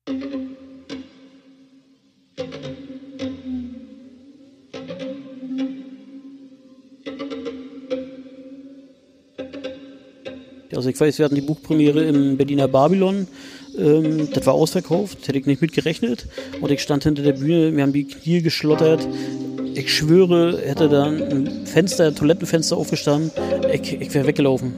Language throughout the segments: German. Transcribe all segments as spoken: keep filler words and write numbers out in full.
Also ich weiß, wir hatten die Buchpremiere im Berliner Babylon. Ähm, das war ausverkauft, hätte ich nicht mit gerechnet. Und ich stand hinter der Bühne, wir haben die Knie geschlottert. Ich schwöre, hätte da ein Fenster, ein Toilettenfenster aufgestanden, ich, ich wäre weggelaufen.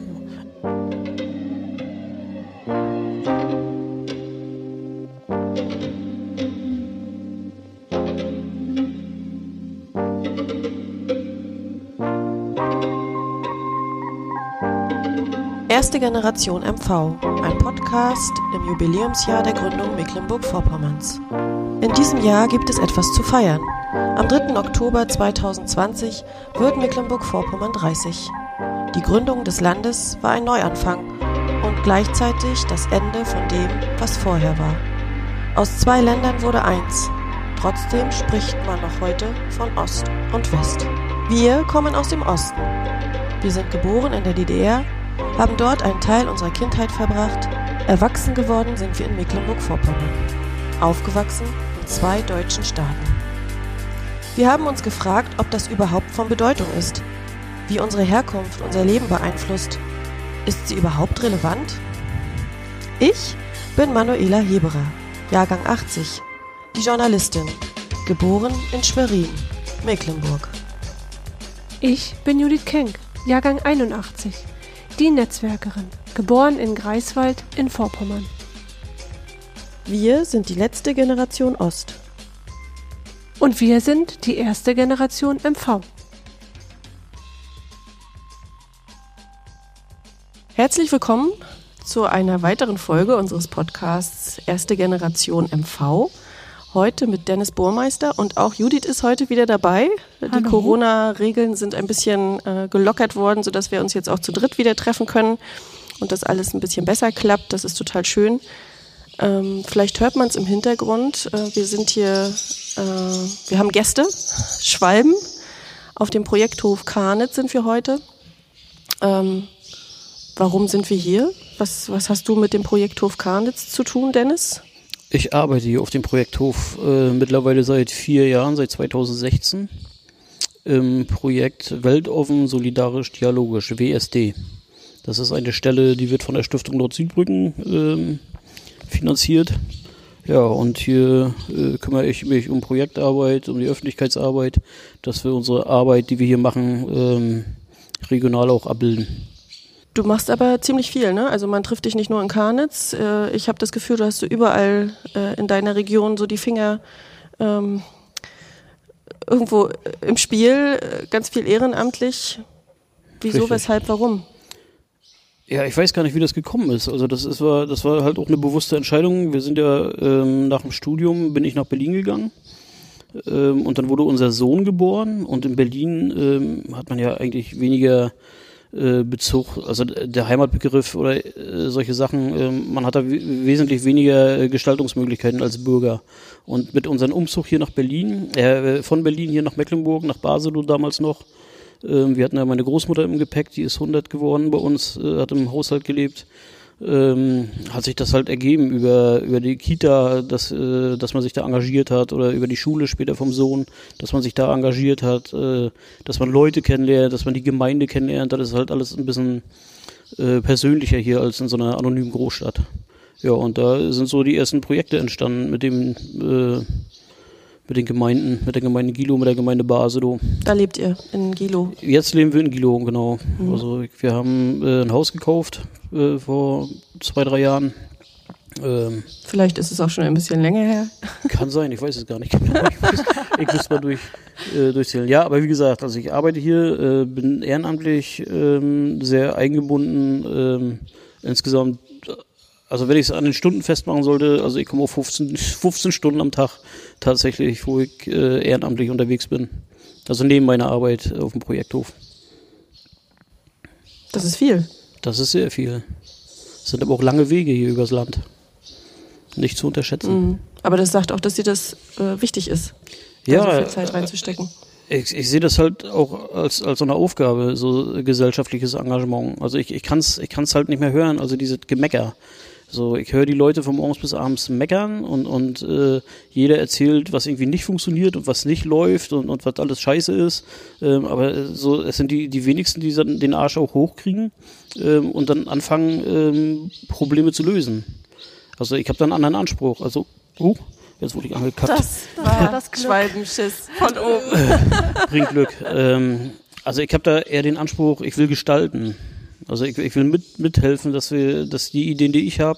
Erste Generation M V, ein Podcast im Jubiläumsjahr der Gründung Mecklenburg-Vorpommerns. In diesem Jahr gibt es etwas zu feiern. Am dritten Oktober zweitausendzwanzig wird Mecklenburg-Vorpommern dreißig. Die Gründung des Landes war ein Neuanfang und gleichzeitig das Ende von dem, was vorher war. Aus zwei Ländern wurde eins. Trotzdem spricht man noch heute von Ost und West. Wir kommen aus dem Osten. Wir sind geboren in der D D R, haben dort einen Teil unserer Kindheit verbracht. Erwachsen geworden sind wir in Mecklenburg-Vorpommern. Aufgewachsen in zwei deutschen Staaten. Wir haben uns gefragt, ob das überhaupt von Bedeutung ist, wie unsere Herkunft unser Leben beeinflusst. Ist sie überhaupt relevant? Ich bin Manuela Heberer, Jahrgang achtzig, die Journalistin, geboren in Schwerin, Mecklenburg. Ich bin Judith Kenk, Jahrgang einundachtzig, die Netzwerkerin, geboren in Greifswald in Vorpommern. Wir sind die letzte Generation Ost. Und wir sind die erste Generation M V. Herzlich willkommen zu einer weiteren Folge unseres Podcasts Erste Generation M V. Heute mit Dennis Burmeister und auch Judith ist heute wieder dabei. Hallo. Die Corona-Regeln sind ein bisschen äh, gelockert worden, sodass wir uns jetzt auch zu dritt wieder treffen können und das alles ein bisschen besser klappt. Das ist total schön. Ähm, vielleicht hört man es im Hintergrund. Äh, wir sind hier, äh, wir haben Gäste, Schwalben. Auf dem Projekthof Karnitz sind wir heute. Ähm, warum sind wir hier? Was, was hast du mit dem Projekthof Karnitz zu tun, Dennis? Ich arbeite hier auf dem Projekthof äh, mittlerweile seit vier Jahren, seit zweitausendsechzehn, im Projekt Weltoffen, Solidarisch, Dialogisch, W S D. Das ist eine Stelle, die wird von der Stiftung Nord-Südbrücken ähm, finanziert. Ja, und hier äh, kümmere ich mich um Projektarbeit, um die Öffentlichkeitsarbeit, dass wir unsere Arbeit, die wir hier machen, ähm, regional auch abbilden. Du machst aber ziemlich viel, ne? Also man trifft dich nicht nur in Karnitz. Äh, ich habe das Gefühl, du hast so überall äh, in deiner Region so die Finger ähm, irgendwo im Spiel, äh, ganz viel ehrenamtlich. Wieso, Richtig. Weshalb, warum? Ja, ich weiß gar nicht, wie das gekommen ist. Also das ist war, das war halt auch eine bewusste Entscheidung. Wir sind ja ähm, nach dem Studium bin ich nach Berlin gegangen ähm, und dann wurde unser Sohn geboren und in Berlin ähm, hat man ja eigentlich weniger Bezug, also der Heimatbegriff oder äh, solche Sachen, äh, man hat da w- wesentlich weniger äh, Gestaltungsmöglichkeiten als Bürger. Und mit unserem Umzug hier nach Berlin, äh, von Berlin hier nach Mecklenburg, nach Basedow damals noch, äh, wir hatten ja meine Großmutter im Gepäck, die ist hundert geworden bei uns, äh, hat im Haushalt gelebt, ähm, hat sich das halt ergeben über über die Kita, dass äh, dass man sich da engagiert hat oder über die Schule später vom Sohn, dass man sich da engagiert hat, äh, dass man Leute kennenlernt, dass man die Gemeinde kennenlernt. Das ist halt alles ein bisschen äh, persönlicher hier als in so einer anonymen Großstadt. Ja, und da sind so die ersten Projekte entstanden mit dem äh, mit den Gemeinden, mit der Gemeinde Gilow, mit der Gemeinde Basedow. Da lebt ihr, in Gilow. Jetzt leben wir in Gilow, genau. Mhm. Also wir haben äh, ein Haus gekauft äh, vor zwei, drei Jahren. Ähm, Vielleicht ist es auch schon ein bisschen länger her. kann sein, ich weiß es gar nicht genau. Ich, weiß, ich muss mal durch, äh, durchzählen. Ja, aber wie gesagt, also ich arbeite hier, äh, bin ehrenamtlich ähm, sehr eingebunden. Ähm, insgesamt, also wenn ich es an den Stunden festmachen sollte, also ich komme auf fünfzehn, fünfzehn Stunden am Tag tatsächlich, wo ich äh, ehrenamtlich unterwegs bin. Also neben meiner Arbeit auf dem Projekthof. Das ist viel. Das ist sehr viel. Es sind aber auch lange Wege hier übers Land. Nicht zu unterschätzen. Mhm. Aber das sagt auch, dass dir das äh, wichtig ist, da ja, so viel Zeit reinzustecken. Ich, ich sehe das halt auch als, als so eine Aufgabe, so gesellschaftliches Engagement. Also ich, ich kann es ich kann's halt nicht mehr hören, also dieses Gemecker. So, ich höre die Leute von morgens bis abends meckern und, und äh, jeder erzählt, was irgendwie nicht funktioniert und was nicht läuft und, und was alles scheiße ist. Ähm, aber so, es sind die, die wenigsten, die dann den Arsch auch hochkriegen ähm, und dann anfangen, ähm, Probleme zu lösen. Also ich habe da einen anderen Anspruch. Also, oh, jetzt wurde ich angekackt. Das war das Schwalbenschiss von oben. Bringt Glück. Ähm, also ich habe da eher den Anspruch, ich will gestalten. Also ich, ich will mit, mithelfen, dass wir, dass die Ideen, die ich habe,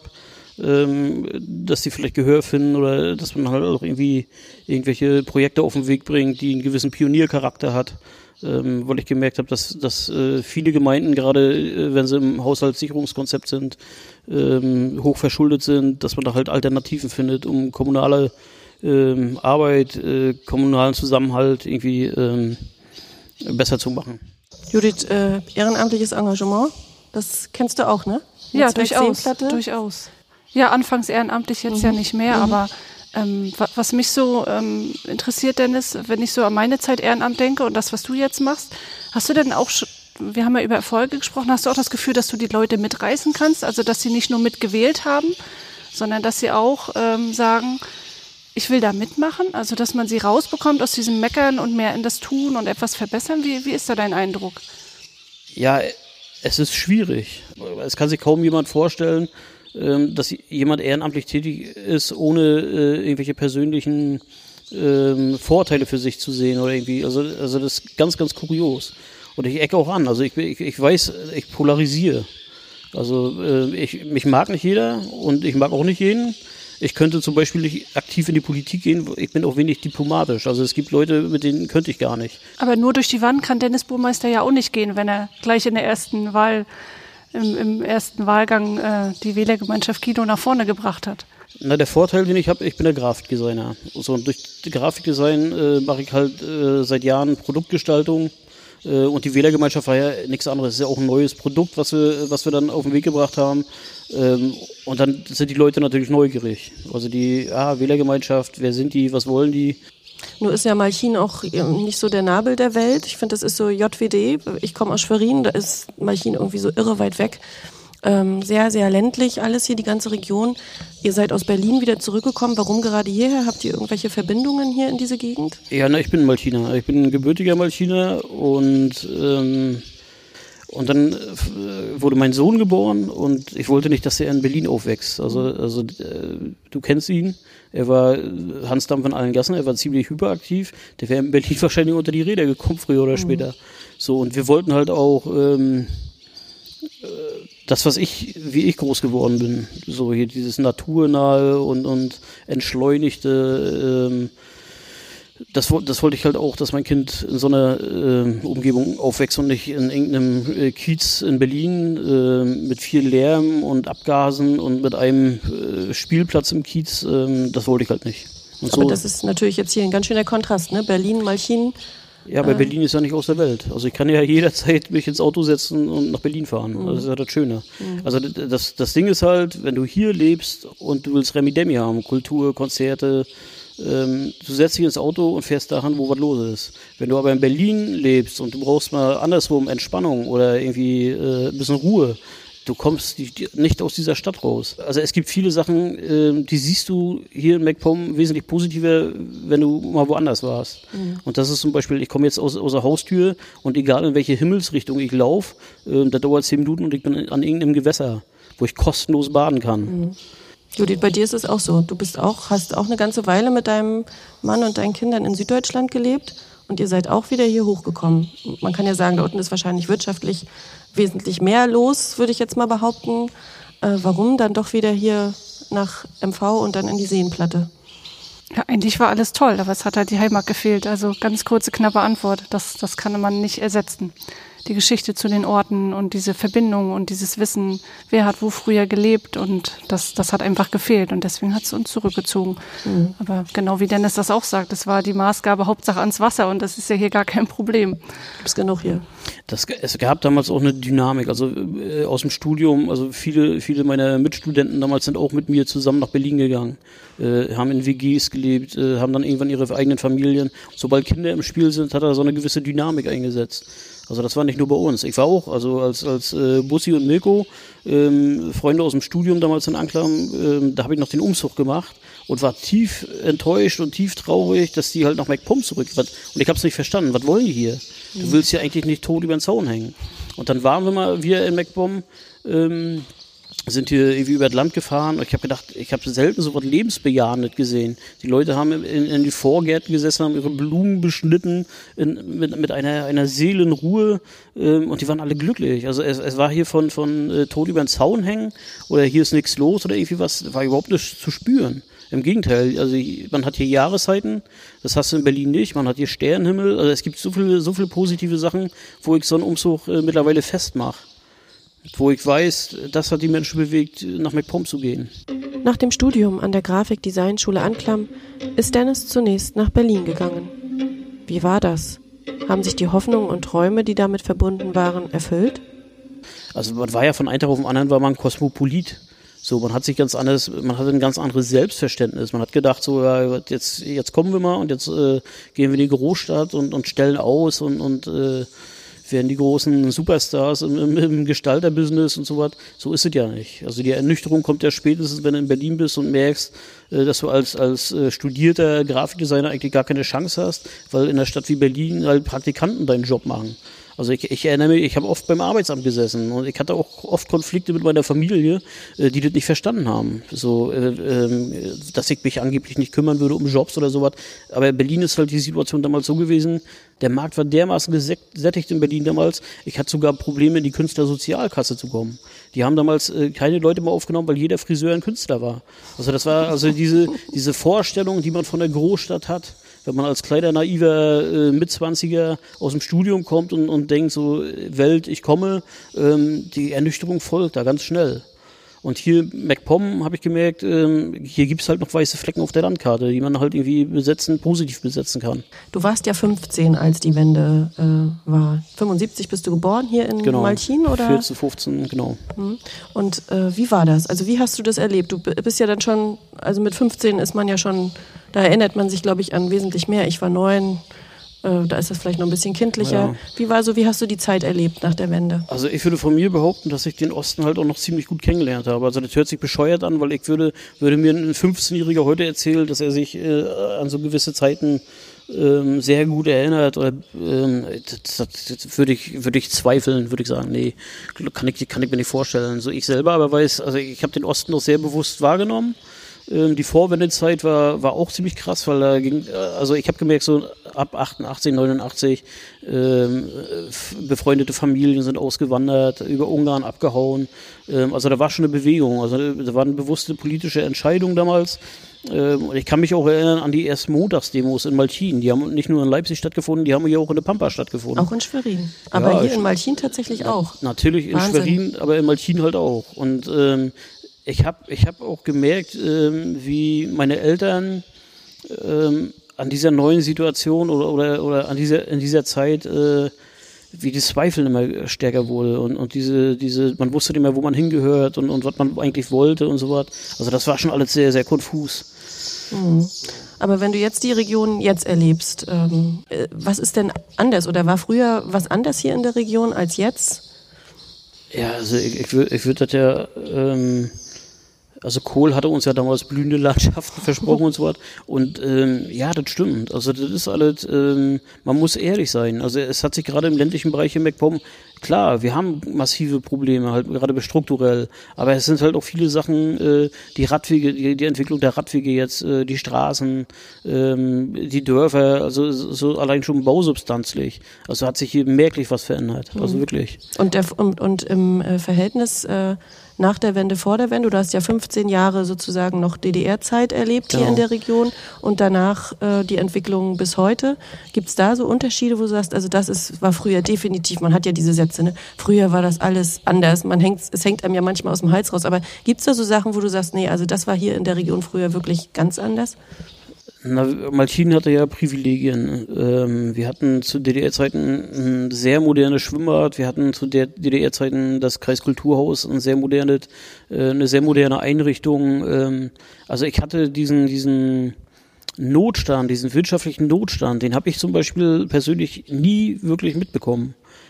ähm, dass die vielleicht Gehör finden oder dass man halt auch irgendwie irgendwelche Projekte auf den Weg bringt, die einen gewissen Pioniercharakter hat. Ähm, weil ich gemerkt habe, dass, dass äh, viele Gemeinden, gerade äh, wenn sie im Haushaltssicherungskonzept sind, ähm, hoch verschuldet sind, dass man da halt Alternativen findet, um kommunale ähm, Arbeit, äh, kommunalen Zusammenhalt irgendwie ähm, besser zu machen. Judith, äh, ehrenamtliches Engagement, das kennst du auch, ne? Ja, Netzwerk durchaus, Seenplatte? durchaus. Ja, anfangs ehrenamtlich, jetzt Mhm. ja nicht mehr, Mhm. aber ähm, wa- was mich so ähm, interessiert, Dennis, wenn ich so an meine Zeit Ehrenamt denke und das, was du jetzt machst, hast du denn auch, sch- wir haben ja über Erfolge gesprochen, hast du auch das Gefühl, dass du die Leute mitreißen kannst, also dass sie nicht nur mitgewählt haben, sondern dass sie auch ähm, sagen, ich will da mitmachen, also dass man sie rausbekommt aus diesem Meckern und mehr in das Tun und etwas verbessern? Wie, wie ist da dein Eindruck? Ja, es ist schwierig. Es kann sich kaum jemand vorstellen, ähm, dass jemand ehrenamtlich tätig ist, ohne äh, irgendwelche persönlichen ähm, Vorteile für sich zu sehen oder irgendwie. Also, also das ist ganz, ganz kurios. Und ich ecke auch an. Also ich, ich, ich weiß, ich polarisiere. Also äh, ich, mich mag nicht jeder und ich mag auch nicht jeden. Ich könnte zum Beispiel nicht aktiv in die Politik gehen. Ich bin auch wenig diplomatisch. Also es gibt Leute, mit denen könnte ich gar nicht. Aber nur durch die Wand kann Dennis Burmeister ja auch nicht gehen, wenn er gleich in der ersten Wahl, im, im ersten Wahlgang äh, die Wählergemeinschaft Kino nach vorne gebracht hat. Na, der Vorteil, den ich habe, ich bin der Grafikdesigner. So, und durch Grafikdesign äh, mache ich halt äh, seit Jahren Produktgestaltung. Äh, und die Wählergemeinschaft war ja nichts anderes. Es ist ja auch ein neues Produkt, was wir, was wir dann auf den Weg gebracht haben. Ähm, und dann sind die Leute natürlich neugierig. Also die, ah, Wählergemeinschaft, wer sind die, was wollen die? Nur ist ja Malchin auch nicht so der Nabel der Welt. Ich finde, das ist so J W D. Ich komme aus Schwerin, da ist Malchin irgendwie so irre weit weg. Ähm, sehr, sehr ländlich alles hier, die ganze Region. Ihr seid aus Berlin wieder zurückgekommen. Warum gerade hierher? Habt ihr irgendwelche Verbindungen hier in diese Gegend? Ja, na, ich bin Malchiner. Ich bin ein gebürtiger Malchiner und ähm, und dann äh, wurde mein Sohn geboren und ich wollte nicht, dass er in Berlin aufwächst. Also, also äh, du kennst ihn. Er war Hans Dampf in allen Gassen, er war ziemlich hyperaktiv. Der wäre in Berlin wahrscheinlich unter die Räder gekommen, früher oder später. Mhm. So, und wir wollten halt auch ähm, das, was ich, wie ich groß geworden bin. So hier dieses naturnahe und, und entschleunigte, ähm, Das, das wollte ich halt auch, dass mein Kind in so einer äh, Umgebung aufwächst und nicht in irgendeinem äh, Kiez in Berlin äh, mit viel Lärm und Abgasen und mit einem äh, Spielplatz im Kiez. Äh, das wollte ich halt nicht. Und Aber so, das ist natürlich jetzt hier ein ganz schöner Kontrast, ne? Berlin, Malchin. ja, aber äh, Berlin ist ja nicht aus der Welt. Also ich kann ja jederzeit mich ins Auto setzen und nach Berlin fahren. Mhm. Das ist ja das Schöne. Mhm. Also das, das Ding ist halt, wenn du hier lebst und du willst Remi Demi haben, Kultur, Konzerte, Ähm, du setzt dich ins Auto und fährst dahin, wo was los ist. Wenn du aber in Berlin lebst und du brauchst mal andersrum Entspannung oder irgendwie äh, ein bisschen Ruhe, du kommst die, die, nicht aus dieser Stadt raus. Also es gibt viele Sachen, äh, die siehst du hier in MacPom wesentlich positiver, wenn du mal woanders warst. Mhm. Und das ist zum Beispiel, ich komme jetzt aus, aus der Haustür und egal in welche Himmelsrichtung ich laufe, äh, da dauert zehn Minuten und ich bin an irgendeinem Gewässer, wo ich kostenlos baden kann. Mhm. Judith, bei dir ist es auch so. Du bist auch, hast auch eine ganze Weile mit deinem Mann und deinen Kindern in Süddeutschland gelebt und ihr seid auch wieder hier hochgekommen. Man kann ja sagen, da unten ist wahrscheinlich wirtschaftlich wesentlich mehr los, würde ich jetzt mal behaupten. Äh, warum dann doch wieder hier nach M V und dann in die Seenplatte? Ja, eigentlich war alles toll, aber es hat halt die Heimat gefehlt. Also ganz kurze, knappe Antwort. Das, das kann man nicht ersetzen. Die Geschichte zu den Orten und diese Verbindung und dieses Wissen, wer hat wo früher gelebt, und das, das hat einfach gefehlt und deswegen hat es uns zurückgezogen. Mhm. Aber genau wie Dennis das auch sagt, das war die Maßgabe Hauptsache ans Wasser und das ist ja hier gar kein Problem. Gibt's genug hier. Das, es gab damals auch eine Dynamik, also äh, aus dem Studium, also viele, viele meiner Mitstudenten damals sind auch mit mir zusammen nach Berlin gegangen, äh, haben in W Gs gelebt, äh, haben dann irgendwann ihre eigenen Familien. Sobald Kinder im Spiel sind, hat er so eine gewisse Dynamik eingesetzt. Also das war nicht nur bei uns. Ich war auch, also als als äh, Bussi und Mirko, ähm, Freunde aus dem Studium damals in Anklam, ähm, da habe ich noch den Umzug gemacht und war tief enttäuscht und tief traurig, dass die halt nach MacPom zurück. Und ich habe es nicht verstanden. Was wollen die hier? Du willst ja eigentlich nicht tot über den Zaun hängen. Und dann waren wir mal wieder in MacPom, ähm, sind hier irgendwie über das Land gefahren und ich habe gedacht, ich habe selten so was Lebensbejahendes gesehen. Die Leute haben in, in die Vorgärten gesessen, haben ihre Blumen beschnitten in, mit, mit einer, einer Seelenruhe ähm, und die waren alle glücklich. Also es, es war hier von, von äh, tot über den Zaun hängen oder hier ist nichts los oder irgendwie was, war überhaupt nicht zu spüren. Im Gegenteil, also man hat hier Jahreszeiten, das hast du in Berlin nicht, man hat hier Sternenhimmel, also es gibt so viele, so viele positive Sachen, wo ich so einen Umzug äh, mittlerweile festmache. Wo ich weiß, das hat die Menschen bewegt, nach MacPom zu gehen. Nach dem Studium an der Grafikdesignschule Anklam ist Dennis zunächst nach Berlin gegangen. Wie war das? Haben sich die Hoffnungen und Träume, die damit verbunden waren, erfüllt? Also man war ja von einem Tag auf den anderen war man Kosmopolit. So, man hat sich ganz anders, man hatte ein ganz anderes Selbstverständnis. Man hat gedacht, so, ja, jetzt, jetzt kommen wir mal und jetzt äh, gehen wir in die Großstadt und, und stellen aus und, und äh, werden die großen Superstars im, im, im Gestalterbusiness und so was. So ist es ja nicht. Also die Ernüchterung kommt ja spätestens, wenn du in Berlin bist und merkst, äh, dass du als, als äh, studierter Grafikdesigner eigentlich gar keine Chance hast, weil in einer Stadt wie Berlin halt Praktikanten deinen Job machen. Also ich, ich erinnere mich, ich habe oft beim Arbeitsamt gesessen und ich hatte auch oft Konflikte mit meiner Familie, äh, die das nicht verstanden haben. So, äh, äh, dass ich mich angeblich nicht kümmern würde um Jobs oder sowas. Aber in Berlin ist halt die Situation damals so gewesen, der Markt war dermaßen gesättigt in Berlin damals, ich hatte sogar Probleme, in die Künstlersozialkasse zu kommen. Die haben damals äh, keine Leute mehr aufgenommen, weil jeder Friseur ein Künstler war. Also das war also diese, diese Vorstellung, die man von der Großstadt hat, wenn man als kleiner, naiver äh, Mitzwanziger aus dem Studium kommt und, und denkt so, Welt, ich komme, ähm, die Ernüchterung folgt da ganz schnell. Und hier MacPom habe ich gemerkt, ähm, hier gibt es halt noch weiße Flecken auf der Landkarte, die man halt irgendwie besetzen, positiv besetzen kann. Du warst ja fünfzehn, als die Wende äh, war. fünfundsiebzig bist du geboren hier in genau. Malchin, oder? vierzehn, fünfzehn, genau. Und äh, wie war das? Also wie hast du das erlebt? Du bist ja dann schon, also mit fünfzehn ist man ja schon, da erinnert man sich, glaube ich, an wesentlich mehr. Ich war neun. Da ist das vielleicht noch ein bisschen kindlicher. Ja. Wie war so, wie hast du die Zeit erlebt nach der Wende? Also ich würde von mir behaupten, dass ich den Osten halt auch noch ziemlich gut kennengelernt habe. Also das hört sich bescheuert an, weil ich würde, würde mir ein fünfzehnjähriger heute erzählen, dass er sich äh, an so gewisse Zeiten ähm, sehr gut erinnert. Oder ähm, das, das, das würde ich, würde ich zweifeln, würde ich sagen. Nee, kann ich, kann ich mir nicht vorstellen. So ich selber aber weiß, also ich habe den Osten noch sehr bewusst wahrgenommen. Die Vorwendezeit war, war auch ziemlich krass, weil da ging, also ich habe gemerkt, so ab achtundachtzig, neunundachtzig, ähm, befreundete Familien sind ausgewandert, über Ungarn abgehauen. Ähm, also da war schon eine Bewegung, also da waren bewusste politische Entscheidungen damals. Ähm, und ich kann mich auch erinnern an die ersten Montagsdemos in Malchin. Die haben nicht nur in Leipzig stattgefunden, die haben hier auch in der Pampa stattgefunden. Auch in Schwerin. Aber ja, hier in Malchin tatsächlich auch. Natürlich in Wahnsinn. Schwerin, aber in Malchin halt auch. Und ähm, Ich habe ich hab auch gemerkt, ähm, wie meine Eltern ähm, an dieser neuen Situation oder, oder, oder an dieser, in dieser Zeit, äh, wie das Zweifeln immer stärker wurde und, und diese, diese, man wusste nicht mehr, wo man hingehört und, und was man eigentlich wollte und so was. Also das war schon alles sehr, sehr konfus. Mhm. Aber wenn du jetzt die Region jetzt erlebst, ähm, was ist denn anders oder war früher was anders hier in der Region als jetzt? Ja, also ich, ich würde ich würd das ja... Ähm, Also Kohl hatte uns ja damals blühende Landschaften versprochen und so was. Und ähm, ja, das stimmt. Also das ist alles, ähm, man muss ehrlich sein. Also es hat sich gerade im ländlichen Bereich in MacPom, klar, wir haben massive Probleme, halt gerade strukturell. Aber es sind halt auch viele Sachen, äh, die Radwege, die, die Entwicklung der Radwege jetzt, äh, die Straßen, ähm, die Dörfer, also so allein schon bausubstanzlich. Also hat sich hier merklich was verändert. Also wirklich. Und, der, und, und im äh, Verhältnis äh, nach der Wende, vor der Wende, du hast ja fünfzehn Jahre sozusagen noch D D R-Zeit erlebt genau. hier in der Region und danach äh, die Entwicklung bis heute. Gibt es da so Unterschiede, wo du sagst, also das ist, war früher definitiv, man hat ja diese Sätze, ne? Früher war das alles anders, man hängt, es hängt einem ja manchmal aus dem Hals raus, aber gibt es da so Sachen, wo du sagst, nee, also das war hier in der Region früher wirklich ganz anders? Na, Malchin hatte ja Privilegien. Ähm, wir hatten zu D D R-Zeiten ein sehr modernes Schwimmbad. Wir hatten zu D D R-Zeiten das Kreiskulturhaus, ein sehr modernes, äh, eine sehr moderne Einrichtung. Ähm, also ich hatte diesen, diesen Notstand, diesen wirtschaftlichen Notstand, den habe ich zum Beispiel persönlich nie wirklich mitbekommen.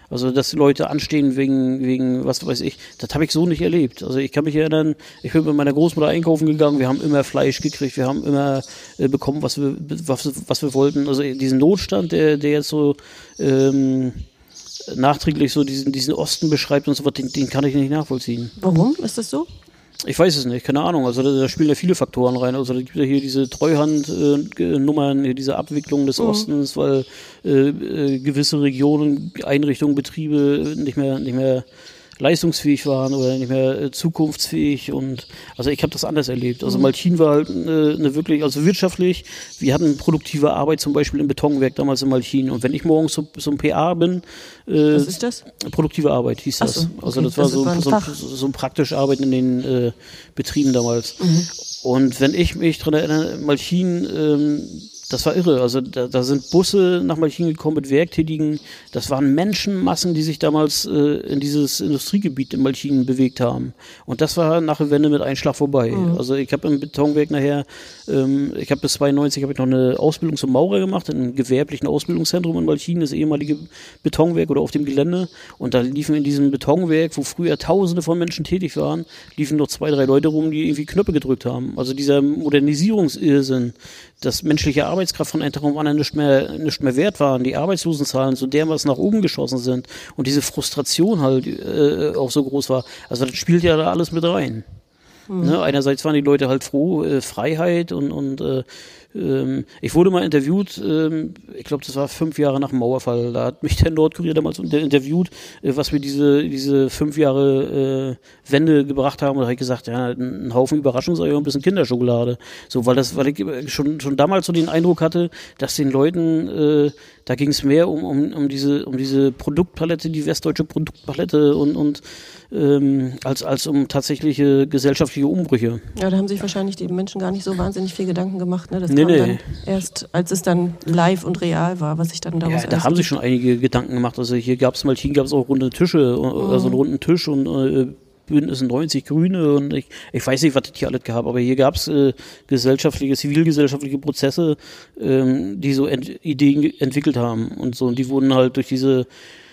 Also, dass die Leute anstehen wegen, wegen, was weiß ich, das habe ich so nicht erlebt. Also, ich kann mich erinnern, ich bin mit meiner Großmutter einkaufen gegangen, wir haben immer Fleisch gekriegt, wir haben immer äh, bekommen, was wir, was, was wir wollten. Also, diesen Notstand, der, der jetzt so, ähm, nachträglich so diesen, diesen Osten beschreibt und so was, den, den kann ich nicht nachvollziehen. Warum ist das so? Ich weiß es nicht, keine Ahnung. Also da, da spielen ja viele Faktoren rein. Also da gibt ja hier diese Treuhandnummern, äh, diese Abwicklung des mhm. Ostens, weil äh, äh, gewisse Regionen, Einrichtungen, Betriebe nicht mehr nicht mehr leistungsfähig waren oder nicht mehr äh, zukunftsfähig und also ich habe das anders erlebt. Also mhm. Malchin war halt eine, eine wirklich, also wirtschaftlich, wir hatten produktive Arbeit zum Beispiel im Betonwerk damals in Malchin und wenn ich morgens so, so ein P A bin, äh, was ist das? Produktive Arbeit hieß das. So, okay. Also das war, das so, so, so, so ein praktisch Arbeiten in den äh, Betrieben damals. Mhm. Und wenn ich mich dran erinnere, Malchin, ähm, das war irre. Also da, da sind Busse nach Malchin gekommen mit Werktätigen. Das waren Menschenmassen, die sich damals äh, in dieses Industriegebiet in Malchin bewegt haben. Und das war nach der Wende mit Einschlag vorbei. Mhm. Also ich habe im Betonwerk nachher, ähm, ich habe bis zweiundneunzig habe ich noch eine Ausbildung zum Maurer gemacht, in einem gewerblichen Ausbildungszentrum in Malchin, das ehemalige Betonwerk oder auf dem Gelände. Und da liefen in diesem Betonwerk, wo früher Tausende von Menschen tätig waren, liefen noch zwei, drei Leute rum, die irgendwie Knöpfe gedrückt haben. Also dieser Modernisierungsirrsinn, dass menschliche Arbeitskraft von einem Tag auf den anderen nicht mehr, nicht mehr wert waren, die Arbeitslosenzahlen so dermaßen nach oben geschossen sind und diese Frustration halt äh, auch so groß war. Also das spielt ja da alles mit rein. Mhm. Ne? Einerseits waren die Leute halt froh, äh, Freiheit und, und äh, ähm, ich wurde mal interviewt, ähm, ich glaube, das war fünf Jahre nach dem Mauerfall, da hat mich der Nordkurier damals interviewt, äh, was wir diese diese fünf Jahre äh, Wende gebracht haben, und da habe ich gesagt, ja, ein Haufen Überraschungseier und ein bisschen Kinderschokolade. So, weil das, weil ich schon schon damals so den Eindruck hatte, dass den Leuten, äh, da ging es mehr um, um, um diese um diese Produktpalette, die westdeutsche Produktpalette und, und ähm, als, als um tatsächliche gesellschaftliche Umbrüche. Ja, da haben sich wahrscheinlich die Menschen gar nicht so wahnsinnig viel Gedanken gemacht, ne? Das nee, kam nee. dann erst, als es dann live und real war, was sich dann daraus Ja, da haben sich schon einige Gedanken gemacht. Also hier gab es mal, hier gab es auch runde Tische, mhm. also einen runden Tisch und äh, Bündnis neunzig Grüne und ich, ich weiß nicht, was das hier alles gab, aber hier gab es äh, gesellschaftliche, zivilgesellschaftliche Prozesse, ähm, die so ent- Ideen entwickelt haben und so, und die wurden halt durch diese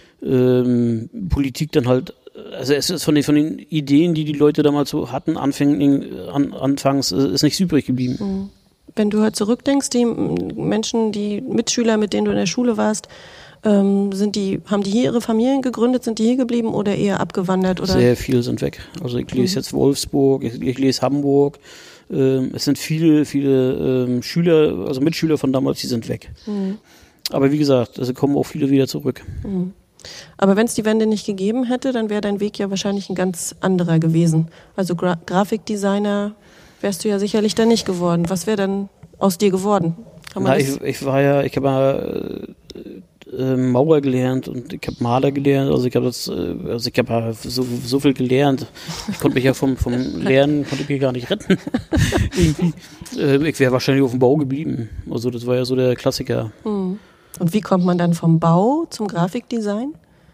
ähm, Politik dann halt, also es ist von den, von den Ideen, die die Leute damals so hatten, anfänglich, an, anfangs, ist nichts übrig geblieben. Mhm. Wenn du halt zurückdenkst, die Menschen, die Mitschüler, mit denen du in der Schule warst, ähm, sind die, haben die hier ihre Familien gegründet, sind die hier geblieben oder eher abgewandert? Oder? Sehr viele sind weg. Also ich lese mhm. jetzt Wolfsburg, ich, ich lese Hamburg. Ähm, es sind viele, viele ähm, Schüler, also Mitschüler von damals, die sind weg. Mhm. Aber wie gesagt, also kommen auch viele wieder zurück. Mhm. Aber wenn es die Wende nicht gegeben hätte, dann wäre dein Weg ja wahrscheinlich ein ganz anderer gewesen. Also Gra- Grafikdesigner wärst du ja sicherlich dann nicht geworden. Was wäre dann aus dir geworden? Kann man Na, ich, ich war ja, ich habe ja äh, äh, Maurer gelernt und ich habe Maler gelernt. Also ich habe das, äh, also ich habe ja so, so viel gelernt. Ich konnte mich ja vom, vom Lernen konnte ich mich gar nicht retten. Irgendwie. Äh, ich wäre wahrscheinlich auf dem Bau geblieben. Also das war ja so der Klassiker. Hm. Und wie kommt man dann vom Bau zum Grafikdesign?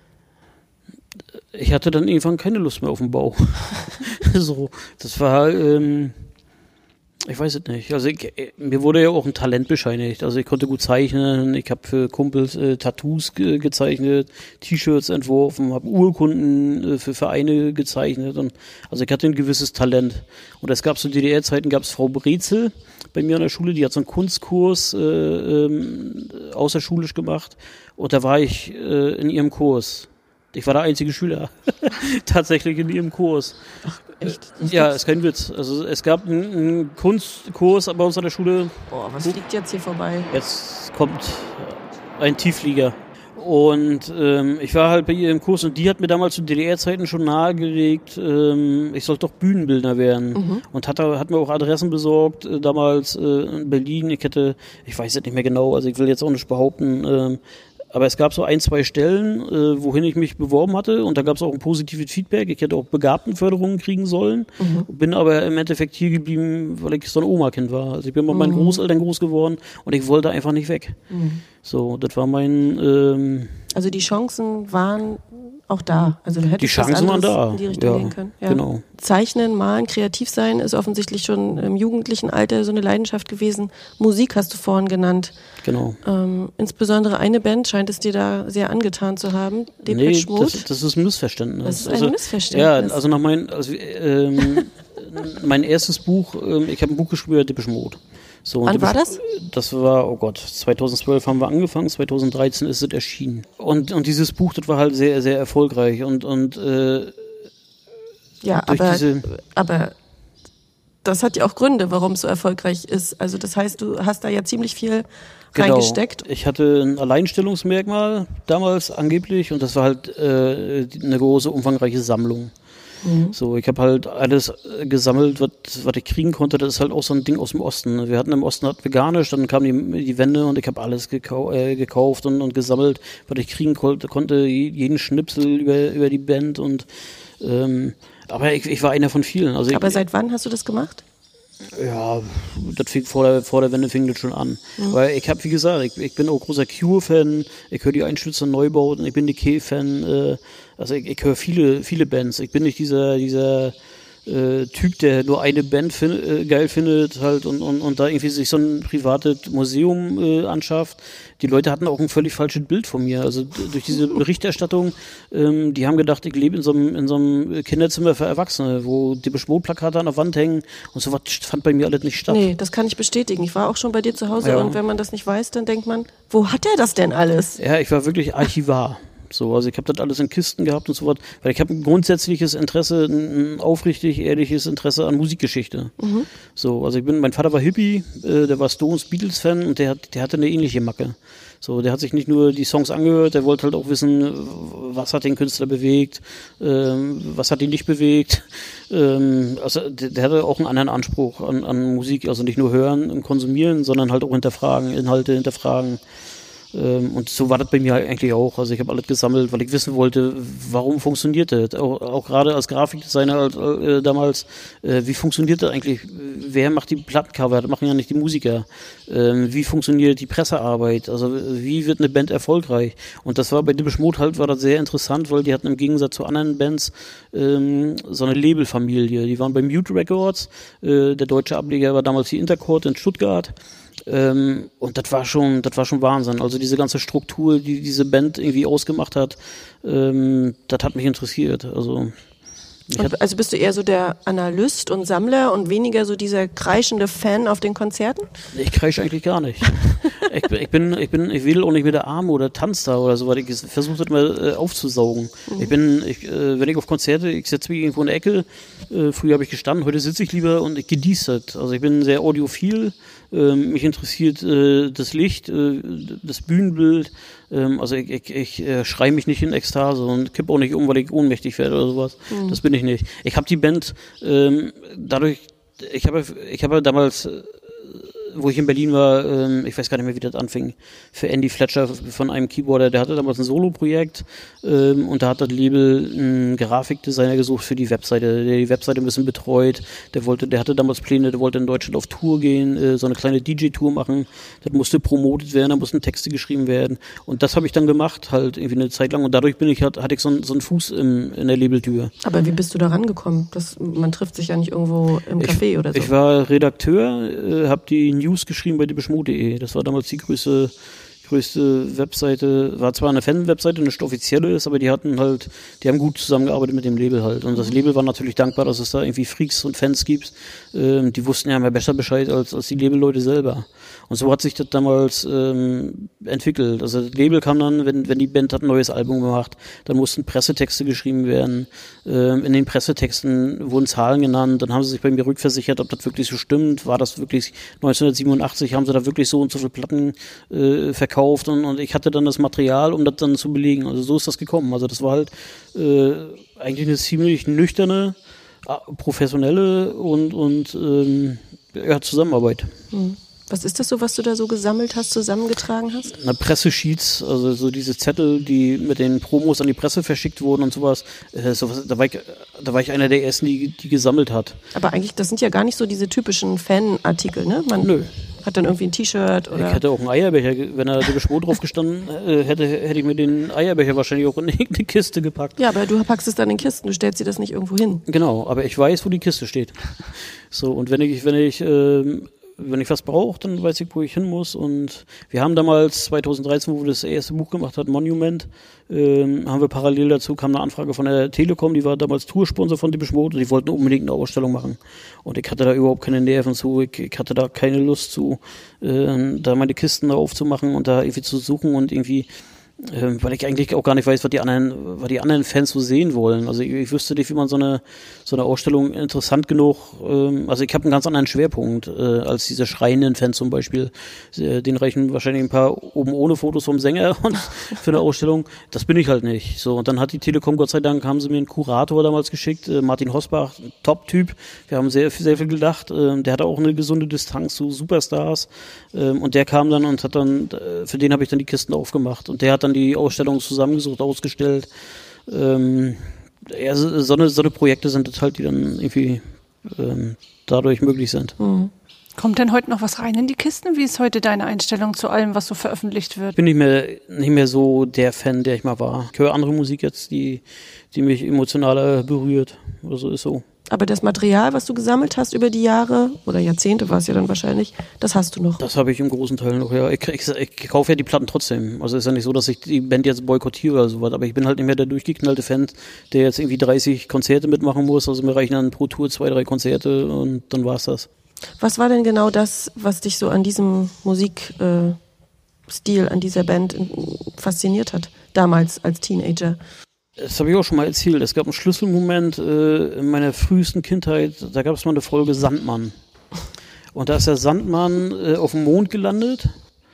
Ich hatte dann irgendwann keine Lust mehr auf den Bau. So, das war, ähm, ich weiß es nicht. Also ich, mir wurde ja auch ein Talent bescheinigt. Also ich konnte gut zeichnen. Ich habe für Kumpels äh, Tattoos ge- gezeichnet, T-Shirts entworfen, habe Urkunden äh, für Vereine gezeichnet. Und also ich hatte ein gewisses Talent. Und es gab so D D R-Zeiten, gab es Frau Brezel bei mir an der Schule, die hat so einen Kunstkurs äh, ähm, außerschulisch gemacht. Und da war ich äh, in ihrem Kurs. Ich war der einzige Schüler tatsächlich in ihrem Kurs. Ach, echt? Ja, ist kein Witz. Also es gab einen, einen Kunstkurs bei uns an der Schule. Boah, was fliegt jetzt hier vorbei? Jetzt kommt ein Tiefflieger. Und ähm, ich war halt bei ihr im Kurs und die hat mir damals zu D D R-Zeiten schon nahegelegt, ähm, ich sollte doch Bühnenbildner werden. Mhm. Und hat, hat mir auch Adressen besorgt, äh, damals äh, in Berlin. Ich hätte, ich weiß es nicht mehr genau, also ich will jetzt auch nicht behaupten, ähm, aber es gab so ein, zwei Stellen, äh, wohin ich mich beworben hatte, und da gab es auch ein positives Feedback. Ich hätte auch Begabtenförderungen kriegen sollen, mhm. bin aber im Endeffekt hier geblieben, weil ich so ein Oma-Kind war. Also ich bin bei mhm. meinen Großeltern groß geworden und ich wollte einfach nicht weg. Mhm. So, das war mein... Ähm, also die Chancen waren auch da. Also du hättest die Chancen waren da. In die Richtung ja, gehen können. Ja. Genau. Zeichnen, malen, kreativ sein ist offensichtlich schon im jugendlichen Alter so eine Leidenschaft gewesen. Musik hast du vorhin genannt. Genau. Ähm, insbesondere eine Band scheint es dir da sehr angetan zu haben. Depeche nee, Mode. Das, das ist ein Missverständnis. Das ist ein also, Missverständnis. Ja, also nach mein, also, ähm, mein erstes Buch, ähm, ich habe ein Buch geschrieben über Depeche Mode. So, Wann war das? Das war, oh Gott, zweitausendzwölf haben wir angefangen, zweitausenddreizehn ist es erschienen. Und, und dieses Buch, das war halt sehr, sehr erfolgreich. Und, und äh, ja, durch aber, diese aber das hat ja auch Gründe, warum es so erfolgreich ist. Also das heißt, du hast da ja ziemlich viel genau. reingesteckt. Ich hatte ein Alleinstellungsmerkmal damals angeblich und das war halt äh, eine große, umfangreiche Sammlung. Mhm. So, ich habe halt alles gesammelt, was was ich kriegen konnte. Das ist halt auch so ein Ding aus dem Osten. Wir hatten im Osten halt veganisch, dann kam die, die Wende und ich habe alles gekau äh, gekauft und, und gesammelt, was ich kriegen konnte, konnte jeden Schnipsel über über die Band und ähm, aber ich, ich war einer von vielen. Also ich, aber seit wann hast du das gemacht? Ja, das fing vor der, vor der Wende fing das schon an. Mhm. Weil ich habe, wie gesagt, ich, ich bin auch großer Cure-Fan, ich höre die Einstürze Neubauten, ich bin Decay-Fan, äh, also ich, ich höre viele, viele Bands. Ich bin nicht dieser, dieser äh, Typ, der nur eine Band fin äh, geil findet halt und, und, und da irgendwie sich so ein privates Museum äh, anschafft. Die Leute hatten auch ein völlig falsches Bild von mir. Also durch diese Berichterstattung, ähm, die haben gedacht, ich lebe in so einem in so einem Kinderzimmer für Erwachsene, wo Depeche Mode Plakate an der Wand hängen und sowas fand bei mir alles nicht statt. Nee, das kann ich bestätigen. Ich war auch schon bei dir zu Hause ja. und wenn man das nicht weiß, dann denkt man, wo hat der das denn alles? Ja, ich war wirklich Archivar. So, also ich habe das alles in Kisten gehabt und so was, weil ich habe ein grundsätzliches Interesse, ein aufrichtig ehrliches Interesse an Musikgeschichte. Mhm. So, also ich bin, mein Vater war Hippie, äh, der war Stones, Beatles-Fan und der hat, der hatte eine ähnliche Macke. So, der hat sich nicht nur die Songs angehört, der wollte halt auch wissen, was hat den Künstler bewegt, ähm, was hat ihn nicht bewegt. Ähm, also der, der hatte auch einen anderen Anspruch an, an Musik, also nicht nur hören und konsumieren, sondern halt auch hinterfragen, Inhalte hinterfragen. Und so war das bei mir eigentlich auch. Also ich habe alles gesammelt, weil ich wissen wollte, warum funktioniert das? Auch, auch gerade als Grafikdesigner äh, damals, äh, wie funktioniert das eigentlich? Wer macht die Plattencover? Das machen ja nicht die Musiker. Ähm, wie funktioniert die Pressearbeit? Also wie wird eine Band erfolgreich? Und das war bei Depeche Mode halt, war das sehr interessant, weil die hatten im Gegensatz zu anderen Bands ähm, so eine Labelfamilie. Die waren bei Mute Records, äh, der deutsche Ableger war damals die Intercord in Stuttgart. Ähm, und das war schon, das war schon Wahnsinn. Also diese ganze Struktur, die diese Band irgendwie ausgemacht hat, ähm, das hat mich interessiert. Also, und also bist du eher so der Analyst und Sammler und weniger so dieser kreischende Fan auf den Konzerten? Ich kreische eigentlich gar nicht. ich, ich bin, ich bin, ich wedel auch nicht mit der Arme oder tanze da oder so, weil ich versuche das mal äh, aufzusaugen. Mhm. Ich bin, ich, äh, wenn ich auf Konzerte, ich setze mich irgendwo in der Ecke, äh, früher habe ich gestanden, heute sitze ich lieber und ich genieße das. Also ich bin sehr audiophil. Ähm, mich interessiert äh, das Licht, äh, das Bühnenbild. Ähm, also ich, ich, ich äh, schreie mich nicht in Ekstase und kipp auch nicht um, weil ich ohnmächtig werde oder sowas. Mhm. Das bin ich nicht. Ich habe die Band ähm, dadurch, ich habe ich habe damals, äh, wo ich in Berlin war, ähm, ich weiß gar nicht mehr, wie das anfing, für Andy Fletcher von einem Keyboarder, der hatte damals ein Solo-Projekt ähm, und da hat das Label einen Grafikdesigner gesucht für die Webseite, der die Webseite ein bisschen betreut, der wollte, der hatte damals Pläne, der wollte in Deutschland auf Tour gehen, äh, so eine kleine D J-Tour machen, das musste promotet werden, da mussten Texte geschrieben werden und das habe ich dann gemacht, halt irgendwie eine Zeit lang und dadurch bin ich, hat, hatte ich so, so einen Fuß im, in der Labeltür. Aber wie bist du da rangekommen? Das, man trifft sich ja nicht irgendwo im Café ich, oder so. Ich war Redakteur, äh, habe die News geschrieben bei depeche mode punkt de. Das war damals die größte, größte Webseite. War zwar eine Fan-Webseite, nicht offizielle ist, aber die hatten halt, die haben gut zusammengearbeitet mit dem Label halt. Und das Label war natürlich dankbar, dass es da irgendwie Freaks und Fans gibt. Ähm, die wussten ja mehr besser Bescheid als, als die Label-Leute selber. Und so hat sich das damals ähm, entwickelt. Also das Label kam dann, wenn, wenn die Band hat ein neues Album gemacht, dann mussten Pressetexte geschrieben werden. Ähm, in den Pressetexten wurden Zahlen genannt. Dann haben sie sich bei mir rückversichert, ob das wirklich so stimmt. War das wirklich neunzehnhundertsiebenundachtzig? Haben sie da wirklich so und so viele Platten äh, verkauft? Und, und ich hatte dann das Material, um das dann zu belegen. Also so ist das gekommen. Also das war halt äh, eigentlich eine ziemlich nüchterne, professionelle und, und ähm, ja, Zusammenarbeit. Mhm. Was ist das so, was du da so gesammelt hast, zusammengetragen hast? Na, Pressesheets, also so diese Zettel, die mit den Promos an die Presse verschickt wurden und sowas. Äh, sowas da, war ich, da war ich einer der ersten, die, die gesammelt hat. Aber eigentlich, das sind ja gar nicht so diese typischen Fanartikel, ne? Man Nö. Hat dann irgendwie ein T-Shirt oder... Ich hätte auch einen Eierbecher, wenn da Depeche Mode drauf gestanden äh, hätte, hätte ich mir den Eierbecher wahrscheinlich auch in die Kiste gepackt. Ja, aber du packst es dann in Kisten, du stellst dir das nicht irgendwo hin. Genau, aber ich weiß, wo die Kiste steht. So, und wenn ich, wenn ich, ähm, wenn ich was brauche, dann weiß ich, wo ich hin muss. Und wir haben damals zweitausenddreizehn, wo wir das erste Buch gemacht haben, Monument, ähm, haben wir parallel dazu, kam eine Anfrage von der Telekom, die war damals Toursponsor von Depeche Mode und die wollten unbedingt eine Ausstellung machen. Und ich hatte da überhaupt keine Nerven zu, ich, ich hatte da keine Lust zu, äh, da meine Kisten da aufzumachen und da irgendwie zu suchen und irgendwie, äh, weil ich eigentlich auch gar nicht weiß, was die anderen, was die anderen Fans so sehen wollen. Also ich, ich wüsste nicht, wie man so eine so eine Ausstellung interessant genug, ähm, also ich habe einen ganz anderen Schwerpunkt äh, als diese schreienden Fans zum Beispiel. Äh, den reichen wahrscheinlich ein paar oben ohne Fotos vom Sänger und für eine Ausstellung. Das bin ich halt nicht. So, und dann hat die Telekom, Gott sei Dank, haben sie mir einen Kurator damals geschickt, äh, Martin Hosbach, Top-Typ. Wir haben sehr, sehr viel gedacht. Äh, der hatte auch eine gesunde Distanz zu Superstars. Äh, und der kam dann und hat dann, äh, für den habe ich dann die Kisten aufgemacht. Und der hat dann die Ausstellung zusammengesucht, ausgestellt. Ähm, ja, so eine, so eine Projekte sind das halt, die dann irgendwie ähm, dadurch möglich sind. Mhm. Kommt denn heute noch was rein in die Kisten? Wie ist heute deine Einstellung zu allem, was so veröffentlicht wird? Ich bin nicht mehr, nicht mehr so der Fan, der ich mal war. Ich höre andere Musik jetzt, die, die mich emotionaler berührt. Oder so ist so. Aber das Material, was du gesammelt hast über die Jahre, oder Jahrzehnte war es ja dann wahrscheinlich, das hast du noch. Das habe ich im großen Teil noch, ja. Ich, ich, ich kaufe ja die Platten trotzdem. Also ist ja nicht so, dass ich die Band jetzt boykottiere oder sowas, aber ich bin halt nicht mehr der durchgeknallte Fan, der jetzt irgendwie dreißig Konzerte mitmachen muss. Also mir reichen dann pro Tour zwei, drei Konzerte und dann war's das. Was war denn genau das, was dich so an diesem Musikstil, äh, an dieser Band in, fasziniert hat, damals als Teenager? Das habe ich auch schon mal erzählt. Es gab einen Schlüsselmoment äh, in meiner frühesten Kindheit, da gab es mal eine Folge Sandmann. Und da ist der Sandmann äh, auf dem Mond gelandet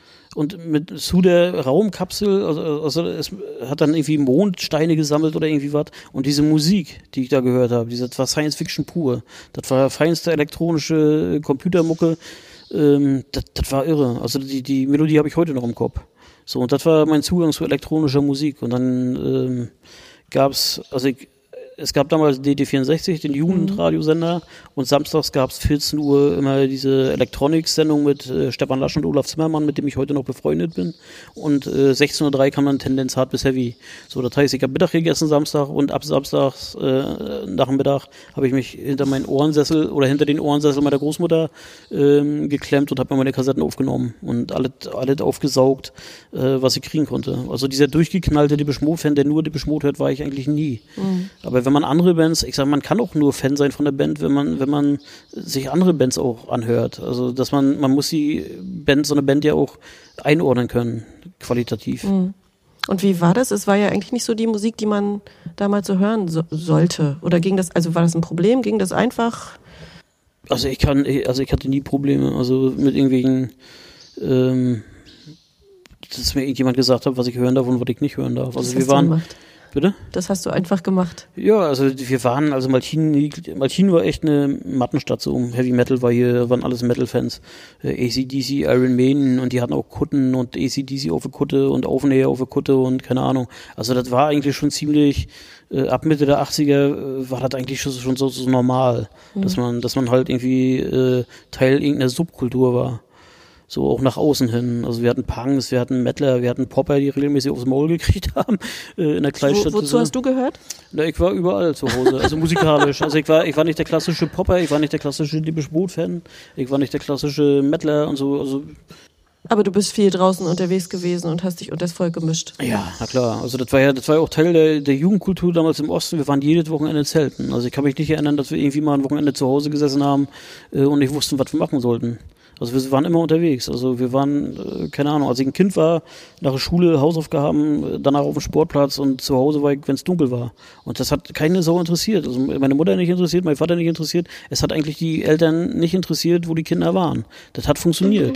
und mit zu der Raumkapsel, also, also es hat dann irgendwie Mondsteine gesammelt oder irgendwie was. Und diese Musik, die ich da gehört habe, das war Science Fiction pur. Das war feinste elektronische Computermucke. Ähm, das, das war irre. Also die, die Melodie habe ich heute noch im Kopf. So, und das war mein Zugang zu elektronischer Musik. Und dann ähm, gab's, also ich, es gab damals D D vierundsechzig, den Jugendradiosender, mhm. und samstags gab es vierzehn Uhr immer diese Electronics-Sendung mit äh, Stefan Lasch und Olaf Zimmermann, mit dem ich heute noch befreundet bin. Und äh, sechzehn Uhr drei kam dann Tendenz Hard bis Heavy. So, das heißt, ich habe Mittag gegessen Samstag und ab Samstags äh, nach dem Mittag habe ich mich hinter meinen Ohrensessel oder hinter den Ohrensessel meiner Großmutter ähm, geklemmt und habe mir meine Kassetten aufgenommen und alles, alles aufgesaugt, äh, was ich kriegen konnte. Also dieser durchgeknallte Depeche Mode-Fan, der nur Depeche Mode hört, war ich eigentlich nie. Mhm. Aber wenn man andere Bands, ich sag, man kann auch nur Fan sein von der Band, wenn man, wenn man sich andere Bands auch anhört. Also, dass man, man muss die Band, so eine Band ja auch einordnen können, qualitativ. Mhm. Und wie war das? Es war ja eigentlich nicht so die Musik, die man damals so hören so, sollte. Oder ging das, also war das ein Problem? Ging das einfach? Also ich kann, also ich hatte nie Probleme, also mit irgendwelchen, ähm, dass mir irgendjemand gesagt hat, was ich hören darf und was ich nicht hören darf. Also wir waren, bitte? Das hast du einfach gemacht. Ja, also wir waren, also Maltin, Maltin war echt eine Mattenstadt, so Heavy Metal war hier, waren alles Metal-Fans. Äh, A C D C, Iron Maiden und die hatten auch Kutten und A C D C auf der Kutte und Aufnäher auf der Kutte und keine Ahnung. Also das war eigentlich schon ziemlich, äh, ab Mitte der achtziger äh, war das eigentlich schon, schon so, so normal, mhm. dass man, dass man halt irgendwie äh, Teil irgendeiner Subkultur war. So auch nach außen hin. Also wir hatten Punks, wir hatten Metaler, wir hatten Popper, die regelmäßig aufs Maul gekriegt haben äh, in der Kleinstadt. Wo, wozu hast du gehört? Na, ich war überall zu Hause, also musikalisch. Also ich war, ich war nicht der klassische Popper, ich war nicht der klassische Depeche Mode-Fan, ich war nicht der klassische Metaler und so. Also aber du bist viel draußen unterwegs gewesen und hast dich unter das Volk gemischt. Ja, na klar. Also das war ja, das war ja auch Teil der, der Jugendkultur damals im Osten. Wir waren jedes Wochenende in Zelten. Also ich kann mich nicht erinnern, dass wir irgendwie mal ein Wochenende zu Hause gesessen haben äh, und nicht wussten, was wir machen sollten. Also wir waren immer unterwegs. Also wir waren, äh, keine Ahnung, als ich ein Kind war, nach der Schule Hausaufgaben, danach auf dem Sportplatz und zu Hause war ich, wenn es dunkel war. Und das hat keine Sau interessiert. Also meine Mutter nicht interessiert, mein Vater nicht interessiert. Es hat eigentlich die Eltern nicht interessiert, wo die Kinder waren. Das hat funktioniert.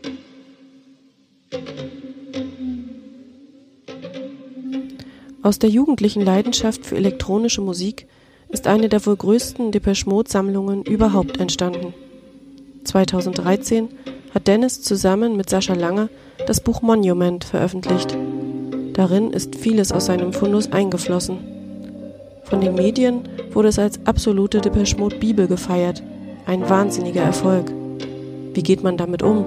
Aus der jugendlichen Leidenschaft für elektronische Musik ist eine der wohl größten Depeche Mode-Sammlungen überhaupt entstanden. zweitausenddreizehn hat Dennis zusammen mit Sascha Lange das Buch Monument veröffentlicht. Darin ist vieles aus seinem Fundus eingeflossen. Von den Medien wurde es als absolute Depeche Mode Bibel gefeiert. Ein wahnsinniger Erfolg. Wie geht man damit um?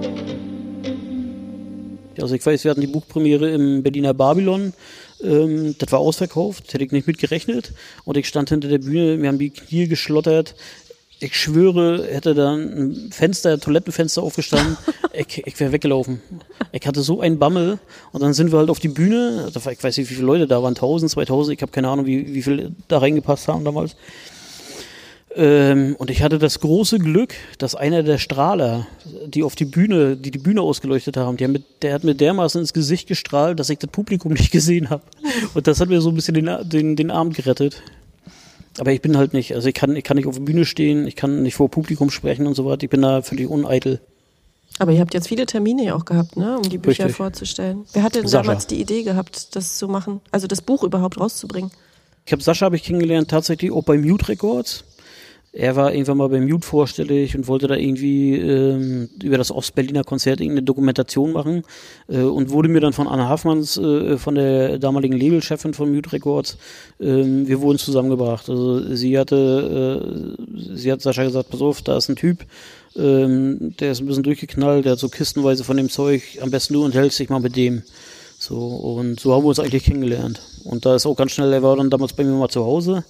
Also ich weiß, wir hatten die Buchpremiere im Berliner Babylon. Ähm, das war ausverkauft, hätte ich nicht mit gerechnet. Und ich stand hinter der Bühne, mir haben die Knie geschlottert. Ich schwöre, hätte da ein Fenster, ein Toilettenfenster aufgestanden, ich, ich wäre weggelaufen. Ich hatte so einen Bammel. Und dann sind wir halt auf die Bühne. Ich weiß nicht, wie viele Leute da waren, tausend, zweitausend. Ich habe keine Ahnung, wie, wie viele da reingepasst haben damals. Ähm, und ich hatte das große Glück, dass einer der Strahler, die auf die Bühne, die die Bühne ausgeleuchtet haben, die haben mit, der hat mir dermaßen ins Gesicht gestrahlt, dass ich das Publikum nicht gesehen habe. Und das hat mir so ein bisschen den, den, den Abend gerettet. Aber ich bin halt nicht, also ich kann, ich kann nicht auf der Bühne stehen, ich kann nicht vor Publikum sprechen und so weiter. Ich bin da völlig uneitel. Aber ihr habt jetzt viele Termine ja auch gehabt, ne, um die Bücher Richtig. vorzustellen. Wer hat denn Sascha. damals die Idee gehabt, das zu machen, also das Buch überhaupt rauszubringen? Ich habe Sascha habe ich kennengelernt, tatsächlich auch bei Mute Records. Er war irgendwann mal bei Mute vorstellig und wollte da irgendwie ähm, über das Ostberliner Konzert irgendeine Dokumentation machen äh, und wurde mir dann von Anna Hafmanns, äh, von der damaligen Labelchefin von Mute Records, ähm, wir wurden zusammengebracht. Also sie hatte, äh, sie hat Sascha gesagt, pass auf, da ist ein Typ, ähm, der ist ein bisschen durchgeknallt, der hat so kistenweise von dem Zeug, am besten du unterhältst dich mal mit dem. So, und so haben wir uns eigentlich kennengelernt. Und da ist auch ganz schnell, er war dann damals bei mir mal zu Hause,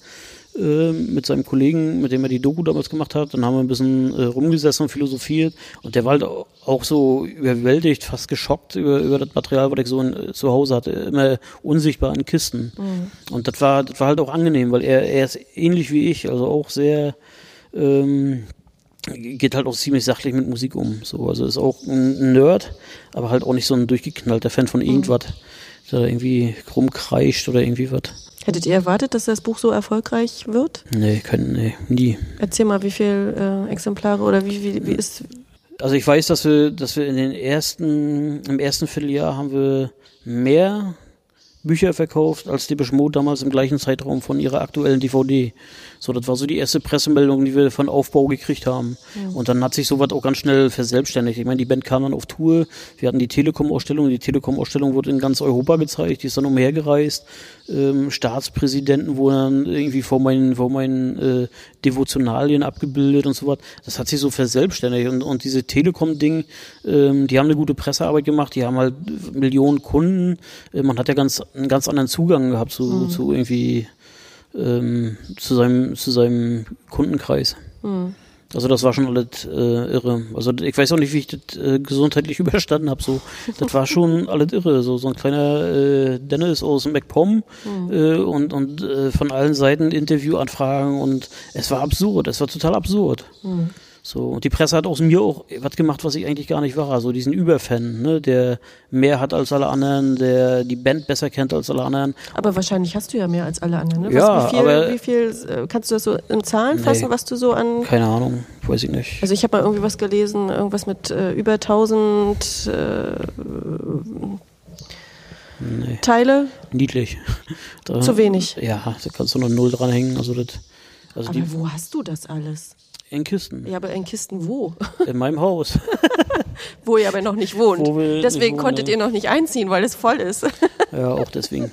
mit seinem Kollegen, mit dem er die Doku damals gemacht hat. Dann haben wir ein bisschen äh, rumgesessen und philosophiert. Und der war halt auch so überwältigt, fast geschockt über, über das Material, was ich so in, zu Hause hatte. Immer unsichtbar in Kisten. Mhm. Und das war, das war halt auch angenehm, weil er, er ist ähnlich wie ich, also auch sehr, ähm, geht halt auch ziemlich sachlich mit Musik um. So, also ist auch ein Nerd, aber halt auch nicht so ein durchgeknallter Fan von irgendwas, mhm. der da irgendwie rumkreischt oder irgendwie was. Hättet ihr erwartet, dass das Buch so erfolgreich wird? Nee, können, nee, nie. Erzähl mal, wie viele äh, Exemplare oder wie, wie, wie ist... Also ich weiß, dass wir, dass wir in den ersten, im ersten Vierteljahr haben wir mehr Bücher verkauft als Depeche Mode damals im gleichen Zeitraum von ihrer aktuellen D V D. So, das war so die erste Pressemeldung, die wir von Aufbau gekriegt haben. Mhm. Und dann hat sich sowas auch ganz schnell verselbstständigt. Ich meine, die Band kam dann auf Tour. Wir hatten die Telekom-Ausstellung. Die Telekom-Ausstellung wurde in ganz Europa gezeigt. Die ist dann umhergereist. Ähm, Staatspräsidenten wurden dann irgendwie vor meinen, vor meinen äh, Devotionalien abgebildet und so was. Das hat sich so verselbstständigt. Und, und diese Telekom-Ding, ähm, die haben eine gute Pressearbeit gemacht. Die haben halt Millionen Kunden. Äh, man hat ja ganz, einen ganz anderen Zugang gehabt zu, mhm. zu irgendwie ähm, zu seinem, zu seinem Kundenkreis. Mhm. Also das war schon alles äh, irre. Also ich weiß auch nicht, wie ich das äh, gesundheitlich überstanden habe. So, das war schon alles irre. So, so ein kleiner äh, Dennis aus MacPom mhm. äh, und, und äh, von allen Seiten Interviewanfragen und es war absurd. Es war total absurd. Mhm. So, und die Presse hat aus mir auch was gemacht, was ich eigentlich gar nicht war. So diesen Überfan, ne, der mehr hat als alle anderen, der die Band besser kennt als alle anderen. Aber wahrscheinlich hast du ja mehr als alle anderen, ne? Was, ja, wie viel, aber wie viel, kannst du das so in Zahlen fassen, nee, was du so an... Keine Ahnung, weiß ich nicht. Also ich habe mal irgendwie was gelesen, irgendwas mit äh, über tausend äh, nee. Teile. Niedlich. Da, zu wenig. Ja, da kannst du noch Null dranhängen. Also das, also aber die, wo hast du das alles? In Kisten. Ja, aber in Kisten wo? In meinem Haus. Wo ihr aber noch nicht wohnt. Wo wir deswegen nicht konntet ihr noch nicht einziehen, weil es voll ist. Ja, auch deswegen.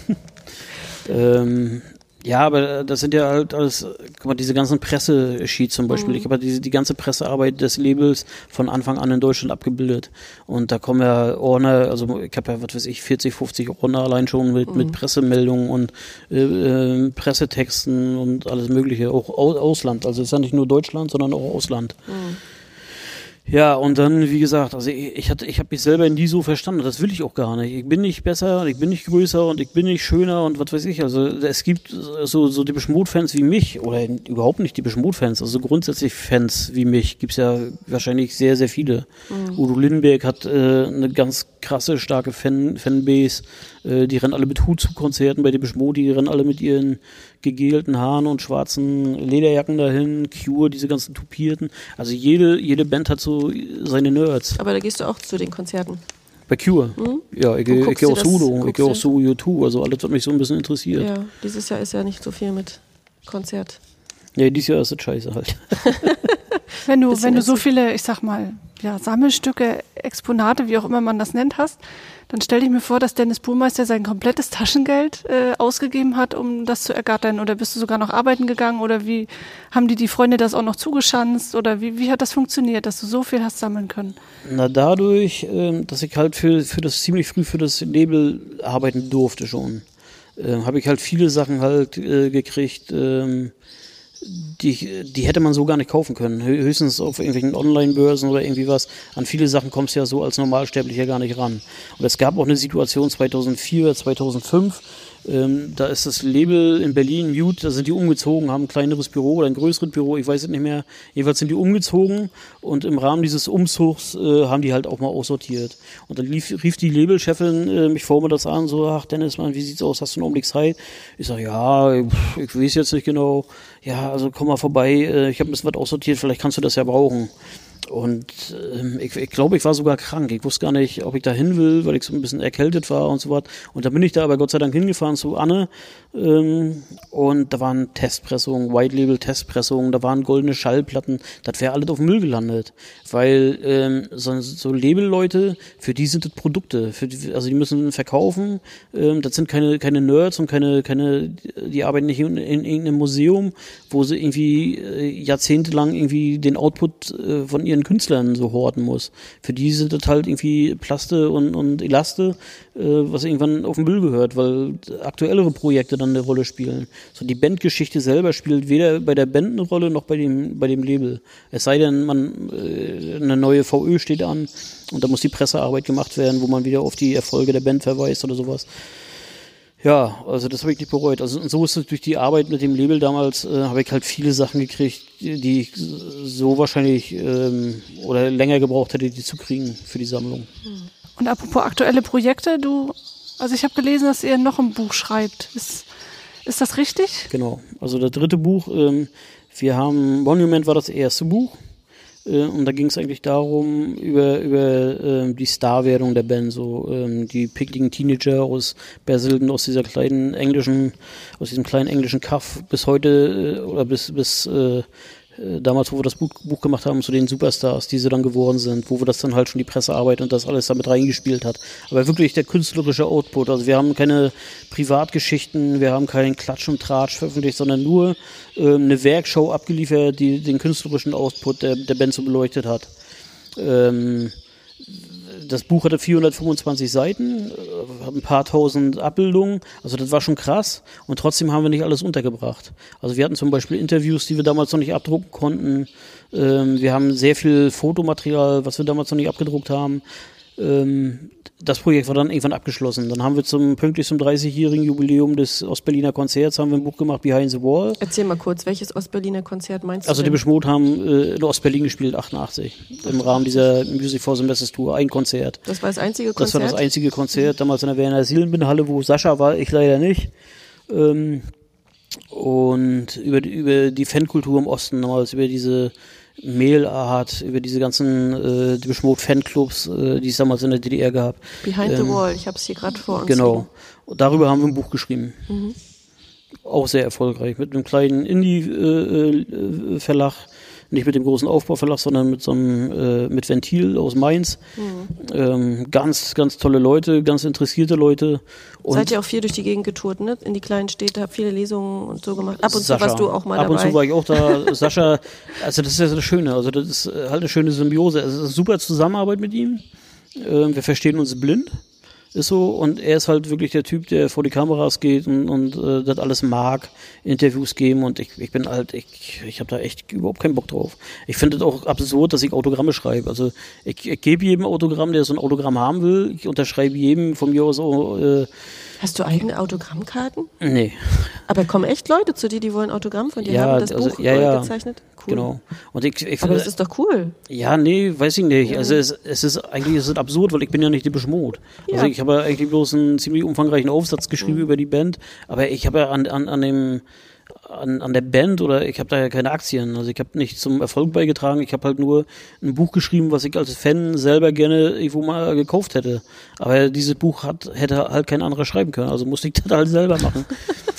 ähm, ja, aber das sind ja halt alles, guck mal, diese ganzen Pressesheets zum Beispiel. Mhm. Ich habe ja diese, die ganze Pressearbeit des Labels von Anfang an in Deutschland abgebildet. Und da kommen ja Ordner, also ich habe ja, was weiß ich, vierzig, fünfzig Ordner allein schon mit, mhm. mit Pressemeldungen und äh, äh, Pressetexten und alles Mögliche. Auch Ausland. Also es ist ja nicht nur Deutschland, sondern auch Ausland. Mhm. Ja, und dann, wie gesagt, also ich, ich, hatte, ich habe mich selber nie so verstanden. Das will ich auch gar nicht. Ich bin nicht besser und ich bin nicht größer und ich bin nicht schöner und was weiß ich. Also es gibt so, so Depeche Mode-Fans wie mich oder überhaupt nicht Depeche Mode-Fans, also grundsätzlich Fans wie mich gibt's ja wahrscheinlich sehr, sehr viele. Mhm. Udo Lindenberg hat äh, eine ganz krasse, starke Fan, Fanbase. Äh, die rennen alle mit Hut zu Konzerten bei Depeche Mode, die rennen alle mit ihren gegelten Haaren und schwarzen Lederjacken dahin, Cure, diese ganzen tupierten. Also jede, jede Band hat so seine Nerds. Aber da gehst du auch zu den Konzerten? Bei Cure? Mhm. Ja, ich, ich gehe auch Sudo, ich gehe auch Sudo U zwei, also alles, was mich so ein bisschen interessiert. Ja, dieses Jahr ist ja nicht so viel mit Konzert. Nee, dieses Jahr ist es scheiße halt. Wenn du, wenn du so viele, ich sag mal, ja, Sammelstücke, Exponate, wie auch immer man das nennt, hast, dann stell ich mir vor, dass Dennis Burmeister sein komplettes Taschengeld äh, ausgegeben hat, um das zu ergattern. Oder bist du sogar noch arbeiten gegangen? Oder wie haben die die Freunde das auch noch zugeschanzt? Oder wie, wie hat das funktioniert, dass du so viel hast sammeln können? Na, dadurch, ähm, dass ich halt für, für das ziemlich früh für das Label arbeiten durfte schon, äh, habe ich halt viele Sachen halt äh, gekriegt, ähm, Die, die hätte man so gar nicht kaufen können. Höchstens auf irgendwelchen Online-Börsen oder irgendwie was. An viele Sachen kommst du ja so als Normalsterblicher gar nicht ran. Und es gab auch eine Situation zweitausendvier, zweitausendfünf, ähm, da ist das Label in Berlin, Mute, da sind die umgezogen, haben ein kleineres Büro oder ein größeres Büro, ich weiß es nicht mehr. Jedenfalls sind die umgezogen und im Rahmen dieses Umzugs äh, haben die halt auch mal aussortiert. Und dann lief, rief die Labelchefin äh, mich vor mir das an, so, ach Dennis, Mann, wie sieht's aus, hast du einen Augenblick Zeit? Ich sag, ja, ich, ich weiß jetzt nicht genau. Ja, also komm mal vorbei, äh, ich habe ein bisschen was aussortiert, vielleicht kannst du das ja brauchen. Und ähm, ich, ich glaube, ich war sogar krank. Ich wusste gar nicht, ob ich da hin will, weil ich so ein bisschen erkältet war und so was. Und da bin ich da aber Gott sei Dank hingefahren zu Anne. Ähm, und da waren Testpressungen, White-Label-Testpressungen, da waren goldene Schallplatten. Das wäre alles auf dem Müll gelandet. Weil ähm, so, so Label-Leute, für die sind das Produkte. Für die, also die müssen verkaufen. Ähm, das sind keine, keine Nerds und keine, keine, die arbeiten nicht in, in irgendeinem Museum, wo sie irgendwie äh, jahrzehntelang irgendwie den Output äh, von ihren Künstlern so horten muss. Für die sind das halt irgendwie Plaste und, und Elaste, äh, was irgendwann auf den Müll gehört, weil aktuellere Projekte dann eine Rolle spielen. So die Bandgeschichte selber spielt weder bei der Band eine Rolle noch bei dem, bei dem Label. Es sei denn, man äh, eine neue V Ö steht an und da muss die Pressearbeit gemacht werden, wo man wieder auf die Erfolge der Band verweist oder sowas. Ja, also das habe ich nicht bereut. Also und so ist es durch die Arbeit mit dem Label damals, äh, habe ich halt viele Sachen gekriegt, die, die ich so wahrscheinlich ähm, oder länger gebraucht hätte, die zu kriegen für die Sammlung. Und apropos aktuelle Projekte, du, also ich habe gelesen, dass ihr noch ein Buch schreibt. Ist, ist das richtig? Genau, also das dritte Buch, ähm, wir haben, Monument war das erste Buch. Und da ging es eigentlich darum, über, über äh, die Starwerdung der Band, so ähm, die pickligen Teenager aus Bersilden, aus dieser kleinen englischen, aus diesem kleinen englischen Kaff bis heute, äh, oder bis, bis äh, damals, wo wir das Buch, Buch gemacht haben, zu den Superstars, die sie dann geworden sind, wo wir das dann halt schon die Pressearbeit und das alles damit reingespielt hat. Aber wirklich der künstlerische Output, also wir haben keine Privatgeschichten, wir haben keinen Klatsch und Tratsch veröffentlicht, sondern nur ähm, eine Werkshow abgeliefert, die den künstlerischen Output der, der Band so beleuchtet hat. Ähm, Das Buch hatte vierhundertfünfundzwanzig Seiten, ein paar tausend Abbildungen, also das war schon krass und trotzdem haben wir nicht alles untergebracht. Also wir hatten zum Beispiel Interviews, die wir damals noch nicht abdrucken konnten, ähm, wir haben sehr viel Fotomaterial, was wir damals noch nicht abgedruckt haben. Ähm, das Projekt war dann irgendwann abgeschlossen. Dann haben wir zum pünktlich zum dreißigjährigen Jubiläum des Ostberliner Konzerts haben wir ein Buch gemacht, Behind the Wall. Erzähl mal kurz, welches Ostberliner Konzert meinst du? Also die Depeche Mode haben äh, in Ostberlin gespielt, achtundachtzig, im Rahmen dieser Music for the Masses Tour, ein Konzert. Das war das einzige Konzert? Das war das einzige Konzert, damals in der Werner-Sielenbinder-Halle, wo Sascha war, ich leider nicht. Ähm, und über die, über die Fankultur im Osten damals, über diese Mailart, über diese ganzen äh, Depeche Mode Fanclubs, äh, die es damals in der D D R gab. Behind ähm, the Wall, ich habe es hier gerade vor uns. Genau. Und darüber haben wir ein Buch geschrieben. Mhm. Auch sehr erfolgreich. Mit einem kleinen Indie-Verlag. Äh, nicht mit dem großen Aufbauverlag, sondern mit so einem äh, mit Ventil aus Mainz. Mhm. Ähm, ganz, ganz tolle Leute, ganz interessierte Leute. Und seid ihr auch viel durch die Gegend getourt, ne? In die kleinen Städte, habt viele Lesungen und so gemacht. Ab und Sascha, zu warst du auch mal ab dabei. Ab und zu war ich auch da. Sascha, also das ist ja das Schöne. Also das ist halt eine schöne Symbiose. Es ist eine super Zusammenarbeit mit ihm. Ähm, wir verstehen uns blind. Ist so, und er ist halt wirklich der Typ, der vor die Kameras geht und, und äh, das alles mag, Interviews geben, und ich, ich bin halt, ich, ich habe da echt überhaupt keinen Bock drauf. Ich finde es auch absurd, dass ich Autogramme schreibe. Also ich, ich gebe jedem Autogramm, der so ein Autogramm haben will, ich unterschreibe jedem von mir aus so, äh, hast du eigene Autogrammkarten? Nee. Aber kommen echt Leute zu dir, die wollen Autogramm von dir ja, haben, das also, Buch ja, ja, gezeichnet? Cool. Genau. Und ich, ich, aber das ist doch cool. Ja, nee, weiß ich nicht. Ja. Also es, es ist eigentlich es ist absurd, weil ich bin ja nicht Depeche Mode. Ja. Also ich habe ja eigentlich bloß einen ziemlich umfangreichen Aufsatz geschrieben mhm. über die Band, aber ich habe ja an, an, an dem An, an der Band oder ich habe da ja keine Aktien, also ich habe nicht zum Erfolg beigetragen, ich habe halt nur ein Buch geschrieben, was ich als Fan selber gerne irgendwo mal gekauft hätte, aber dieses Buch hat hätte halt kein anderer schreiben können, also musste ich das halt selber machen.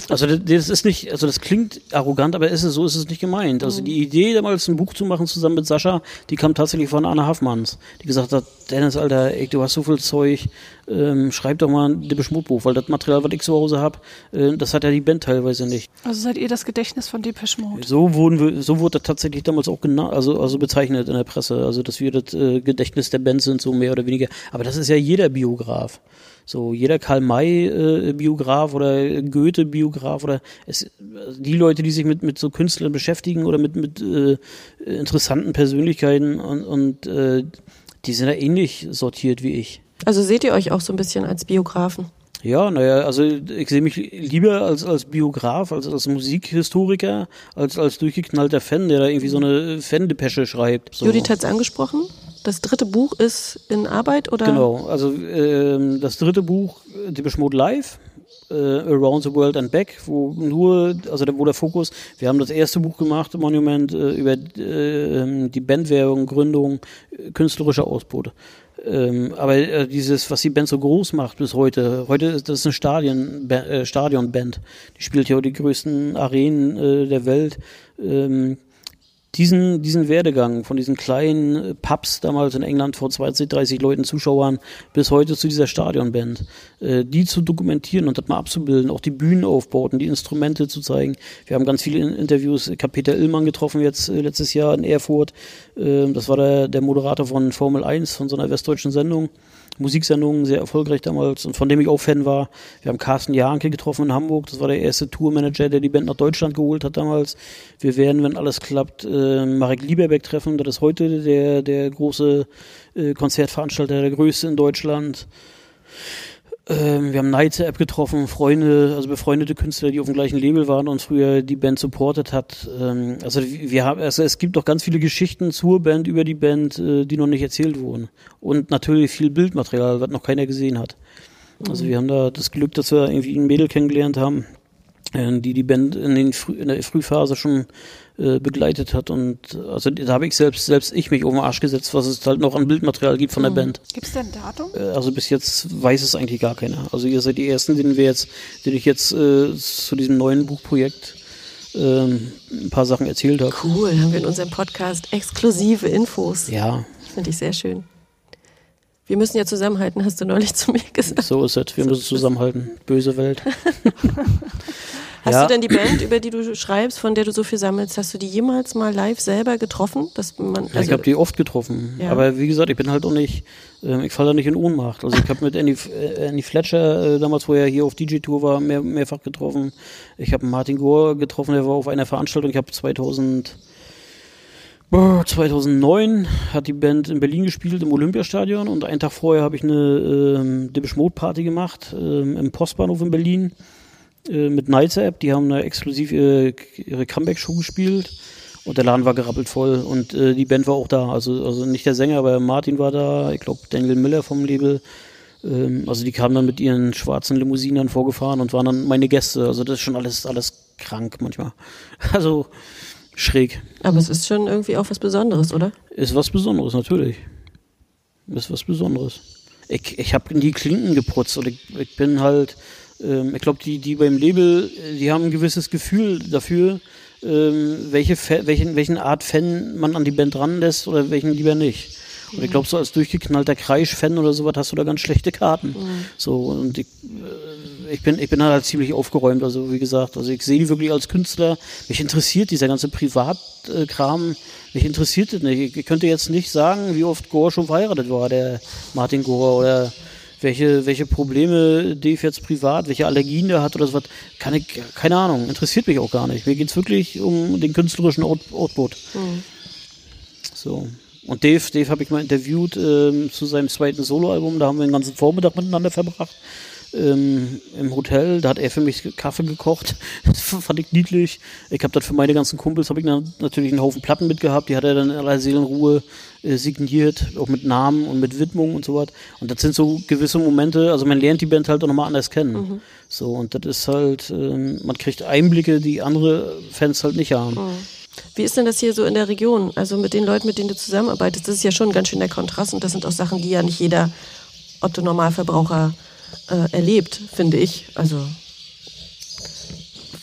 Also das ist nicht, also das klingt arrogant, aber ist es, so ist es nicht gemeint. Also die Idee, damals ein Buch zu machen zusammen mit Sascha, die kam tatsächlich von Anna Haffmanns, die gesagt hat, Dennis, Alter, ey, du hast so viel Zeug, ähm, schreib doch mal ein Depeche Mode Buch, weil das Material, was ich zu Hause habe, äh, das hat ja die Band teilweise nicht. Also seid ihr das Gedächtnis von Depeche Mode? So wurden wir, so wurde das tatsächlich damals auch genannt, also, also bezeichnet in der Presse, also dass wir das äh, Gedächtnis der Band sind, so mehr oder weniger. Aber das ist ja jeder Biograf. So, jeder Karl-May-Biograf äh, oder Goethe-Biograf oder es, die Leute, die sich mit, mit so Künstlern beschäftigen oder mit, mit äh, interessanten Persönlichkeiten und, und äh, die sind ja ähnlich sortiert wie ich. Also seht ihr euch auch so ein bisschen als Biografen? Ja, naja, also ich sehe mich lieber als, als Biograf, als als Musikhistoriker, als als durchgeknallter Fan, der da irgendwie so eine Fan-Depesche schreibt. So. Judith hat's angesprochen. Das dritte Buch ist in Arbeit, oder? Genau, also ähm, das dritte Buch, Depeche Mode Live, äh, Around the World and Back, wo nur, also wo der Fokus, wir haben das erste Buch gemacht, Monument, äh, über äh, die Bandwährung, Gründung, äh, künstlerischer Ausbruch. Ähm, aber äh, dieses, was die Band so groß macht bis heute, heute ist das eine Stadion, äh, Stadionband, die spielt ja auch die größten Arenen äh, der Welt. Ähm, diesen, diesen Werdegang von diesen kleinen Pubs damals in England vor zwanzig, dreißig Leuten, Zuschauern, bis heute zu dieser Stadionband, äh, die zu dokumentieren und das mal abzubilden, auch die Bühnenaufbauten, die Instrumente zu zeigen. Wir haben ganz viele Interviews, ich habe Peter Illmann getroffen jetzt äh, letztes Jahr in Erfurt, äh, das war der, der Moderator von Formel eins, von so einer westdeutschen Sendung, Musiksendung, sehr erfolgreich damals und von dem ich auch Fan war. Wir haben Carsten Jahnke getroffen in Hamburg, das war der erste Tourmanager, der die Band nach Deutschland geholt hat damals. Wir werden, wenn alles klappt, äh, Marek Lieberbeck treffen, das ist heute der, der große äh, Konzertveranstalter, der größte in Deutschland. Ähm, wir haben Nights-App getroffen, Freunde, also befreundete Künstler, die auf dem gleichen Label waren und früher die Band supportet hat. Ähm, also wir haben, also es gibt doch ganz viele Geschichten zur Band, über die Band, äh, die noch nicht erzählt wurden. Und natürlich viel Bildmaterial, was noch keiner gesehen hat. Also wir haben da das Glück, dass wir irgendwie ein Mädel kennengelernt haben, äh, die die Band in, den Früh, in der Frühphase schon äh, begleitet hat und also da habe ich selbst selbst ich mich auf den Arsch gesetzt, was es halt noch an Bildmaterial gibt von der mhm. Band. Gibt es denn ein Datum? Äh, also bis jetzt weiß es eigentlich gar keiner. Also ihr seid die Ersten, denen wir jetzt, denen ich jetzt äh, zu diesem neuen Buchprojekt ähm, ein paar Sachen erzählt habe. Cool, haben wir in unserem Podcast exklusive Infos. Ja. Finde ich sehr schön. Wir müssen ja zusammenhalten, hast du neulich zu mir gesagt. So ist es, wir müssen zusammenhalten. Böse Welt. Hast ja. du denn die Band, über die du schreibst, von der du so viel sammelst, hast du die jemals mal live selber getroffen? Dass man, also ja, ich habe die oft getroffen. Ja. Aber wie gesagt, ich bin halt auch nicht, äh, ich falle da nicht in Ohnmacht. Also ich habe mit Andy, äh, Andy Fletcher, äh, damals wo er hier auf D J-Tour war, mehr, mehrfach getroffen. Ich habe Martin Gore getroffen, der war auf einer Veranstaltung. Ich habe zweitausend zweitausendneun hat die Band in Berlin gespielt, im Olympiastadion, und einen Tag vorher habe ich eine ähm, Depeche Mode Party gemacht, ähm, im Postbahnhof in Berlin, äh, mit Nights-App. Die haben da exklusiv ihre, ihre Comeback-Show gespielt und der Laden war gerappelt voll und äh, die Band war auch da, also, also nicht der Sänger, aber Martin war da, ich glaube Daniel Miller vom Label, ähm, also die kamen dann mit ihren schwarzen Limousinen vorgefahren und waren dann meine Gäste, also das ist schon alles, alles krank manchmal, also schräg. Aber es ist schon irgendwie auch was Besonderes, oder? Ist was Besonderes, natürlich. Ist was Besonderes. Ich, ich habe die Klinken geputzt und ich, ich bin halt, ähm, ich glaube, die, die beim Label, die haben ein gewisses Gefühl dafür, ähm, welche, welchen, welchen Art Fan man an die Band ranlässt oder welchen lieber nicht. Und ich glaube, so als durchgeknallter Kreisch-Fan oder sowas hast du da ganz schlechte Karten. Mhm. So, und ich, äh, ich bin, ich bin halt ziemlich aufgeräumt, also wie gesagt, also ich sehe die wirklich als Künstler. Mich interessiert dieser ganze Privatkram, mich interessiert das nicht. Ich, ich könnte jetzt nicht sagen, wie oft Gore schon verheiratet war, der Martin Gore, oder welche, welche Probleme Dave jetzt privat, welche Allergien der hat oder sowas. Kann ich, keine Ahnung, interessiert mich auch gar nicht. Mir geht's wirklich um den künstlerischen Out- Output. Mhm. So. Und Dave, Dave habe ich mal interviewt ähm, zu seinem zweiten Soloalbum, da haben wir den ganzen Vormittag miteinander verbracht, ähm, im Hotel, da hat er für mich Kaffee gekocht, das fand ich niedlich. Ich habe das für meine ganzen Kumpels, habe ich dann natürlich einen Haufen Platten mitgehabt, die hat er dann in aller Seelenruhe äh, signiert, auch mit Namen und mit Widmung und so was. Und das sind so gewisse Momente, also man lernt die Band halt auch nochmal anders kennen. Mhm. So, und das ist halt, ähm, man kriegt Einblicke, die andere Fans halt nicht haben. Mhm. Wie ist denn das hier so in der Region? Also mit den Leuten, mit denen du zusammenarbeitest, das ist ja schon ganz schön der Kontrast und das sind auch Sachen, die ja nicht jeder Otto-Normalverbraucher äh, erlebt, finde ich. Also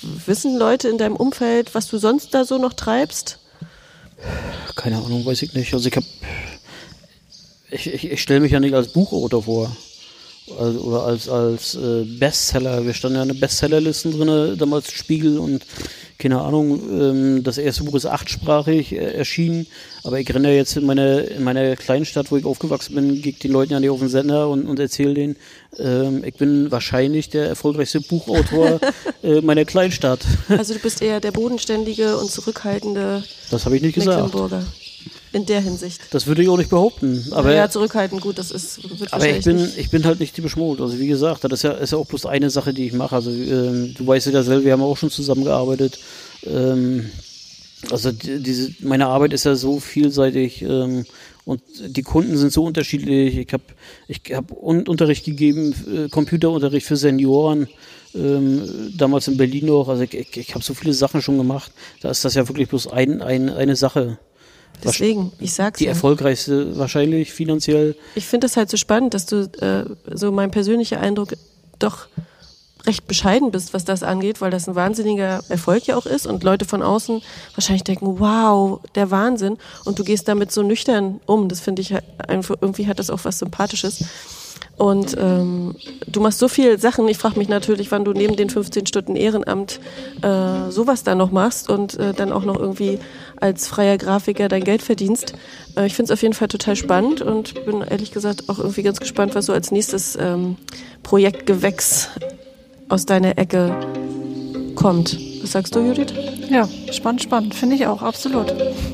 wissen Leute in deinem Umfeld, was du sonst da so noch treibst? Keine Ahnung, weiß ich nicht. Also ich habe, ich, ich, ich stelle mich ja nicht als Buchautor vor. Also, oder als, als äh, Bestseller. Wir standen ja in den Bestsellerlisten drin, damals Spiegel und keine Ahnung, ähm, das erste Buch ist achtsprachig äh, erschienen, aber ich renne ja jetzt in meiner in meiner kleinen Stadt, wo ich aufgewachsen bin, gehe den Leuten ja nicht auf den Sender und, und erzähle denen, ähm, ich bin wahrscheinlich der erfolgreichste Buchautor äh, meiner Kleinstadt. Also du bist eher der bodenständige und zurückhaltende Das habe ich nicht gesagt. Mecklenburger. In der Hinsicht. Das würde ich auch nicht behaupten. Aber ja, zurückhaltend, gut, das ist wird aber ich bin, nicht. ich bin halt nicht Depeche Mode. Also wie gesagt, das ist ja, ist ja auch bloß eine Sache, die ich mache. Also ähm, du weißt ja selber, wir haben auch schon zusammengearbeitet. Ähm, also die, diese, meine Arbeit ist ja so vielseitig ähm, und die Kunden sind so unterschiedlich. Ich habe ich hab Unterricht gegeben, äh, Computerunterricht für Senioren. Ähm, damals in Berlin noch. Also ich, ich, ich habe so viele Sachen schon gemacht. Da ist das ja wirklich bloß ein, ein, eine Sache. Deswegen, ich sag's Die ja. erfolgreichste wahrscheinlich finanziell. Ich finde das halt so spannend, dass du äh, so mein persönlicher Eindruck doch recht bescheiden bist, was das angeht, weil das ein wahnsinniger Erfolg ja auch ist und Leute von außen wahrscheinlich denken, wow, der Wahnsinn, und du gehst damit so nüchtern um. Das finde ich halt einfach, irgendwie hat das auch was Sympathisches. Und ähm, du machst so viele Sachen. Ich frage mich natürlich, wann du neben den fünfzehn Stunden Ehrenamt äh, sowas da noch machst und äh, dann auch noch irgendwie als freier Grafiker dein Geld verdienst. Äh, ich finde es auf jeden Fall total spannend und bin ehrlich gesagt auch irgendwie ganz gespannt, was so als nächstes ähm, Projektgewächs aus deiner Ecke kommt. Was sagst du, Judith? Ja, spannend, spannend. Finde ich auch, absolut.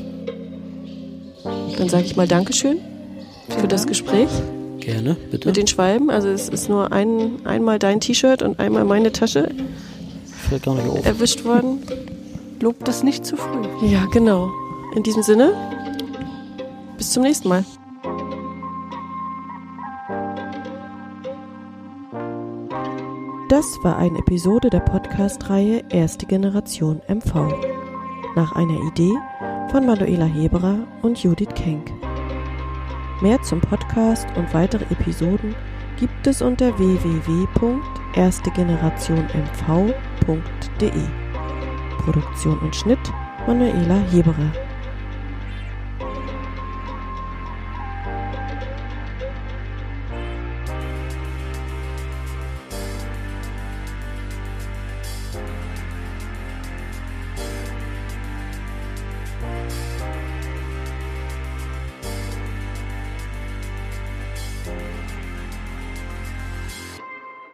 Dann sage ich mal Dankeschön für das Gespräch. Gerne, bitte. Mit den Schwalben. Also es ist nur ein, einmal dein T-Shirt und einmal meine Tasche Fällt gar nicht auf. erwischt worden. Lob das nicht zu früh. Ja, genau. In diesem Sinne, bis zum nächsten Mal. Das war eine Episode der Podcast-Reihe Erste Generation M V. Nach einer Idee von Manuela Heberer und Judith Kenck. Mehr zum Podcast und weitere Episoden gibt es unter w w w punkt erste generation m v punkt d e. Produktion und Schnitt Manuela Heberer.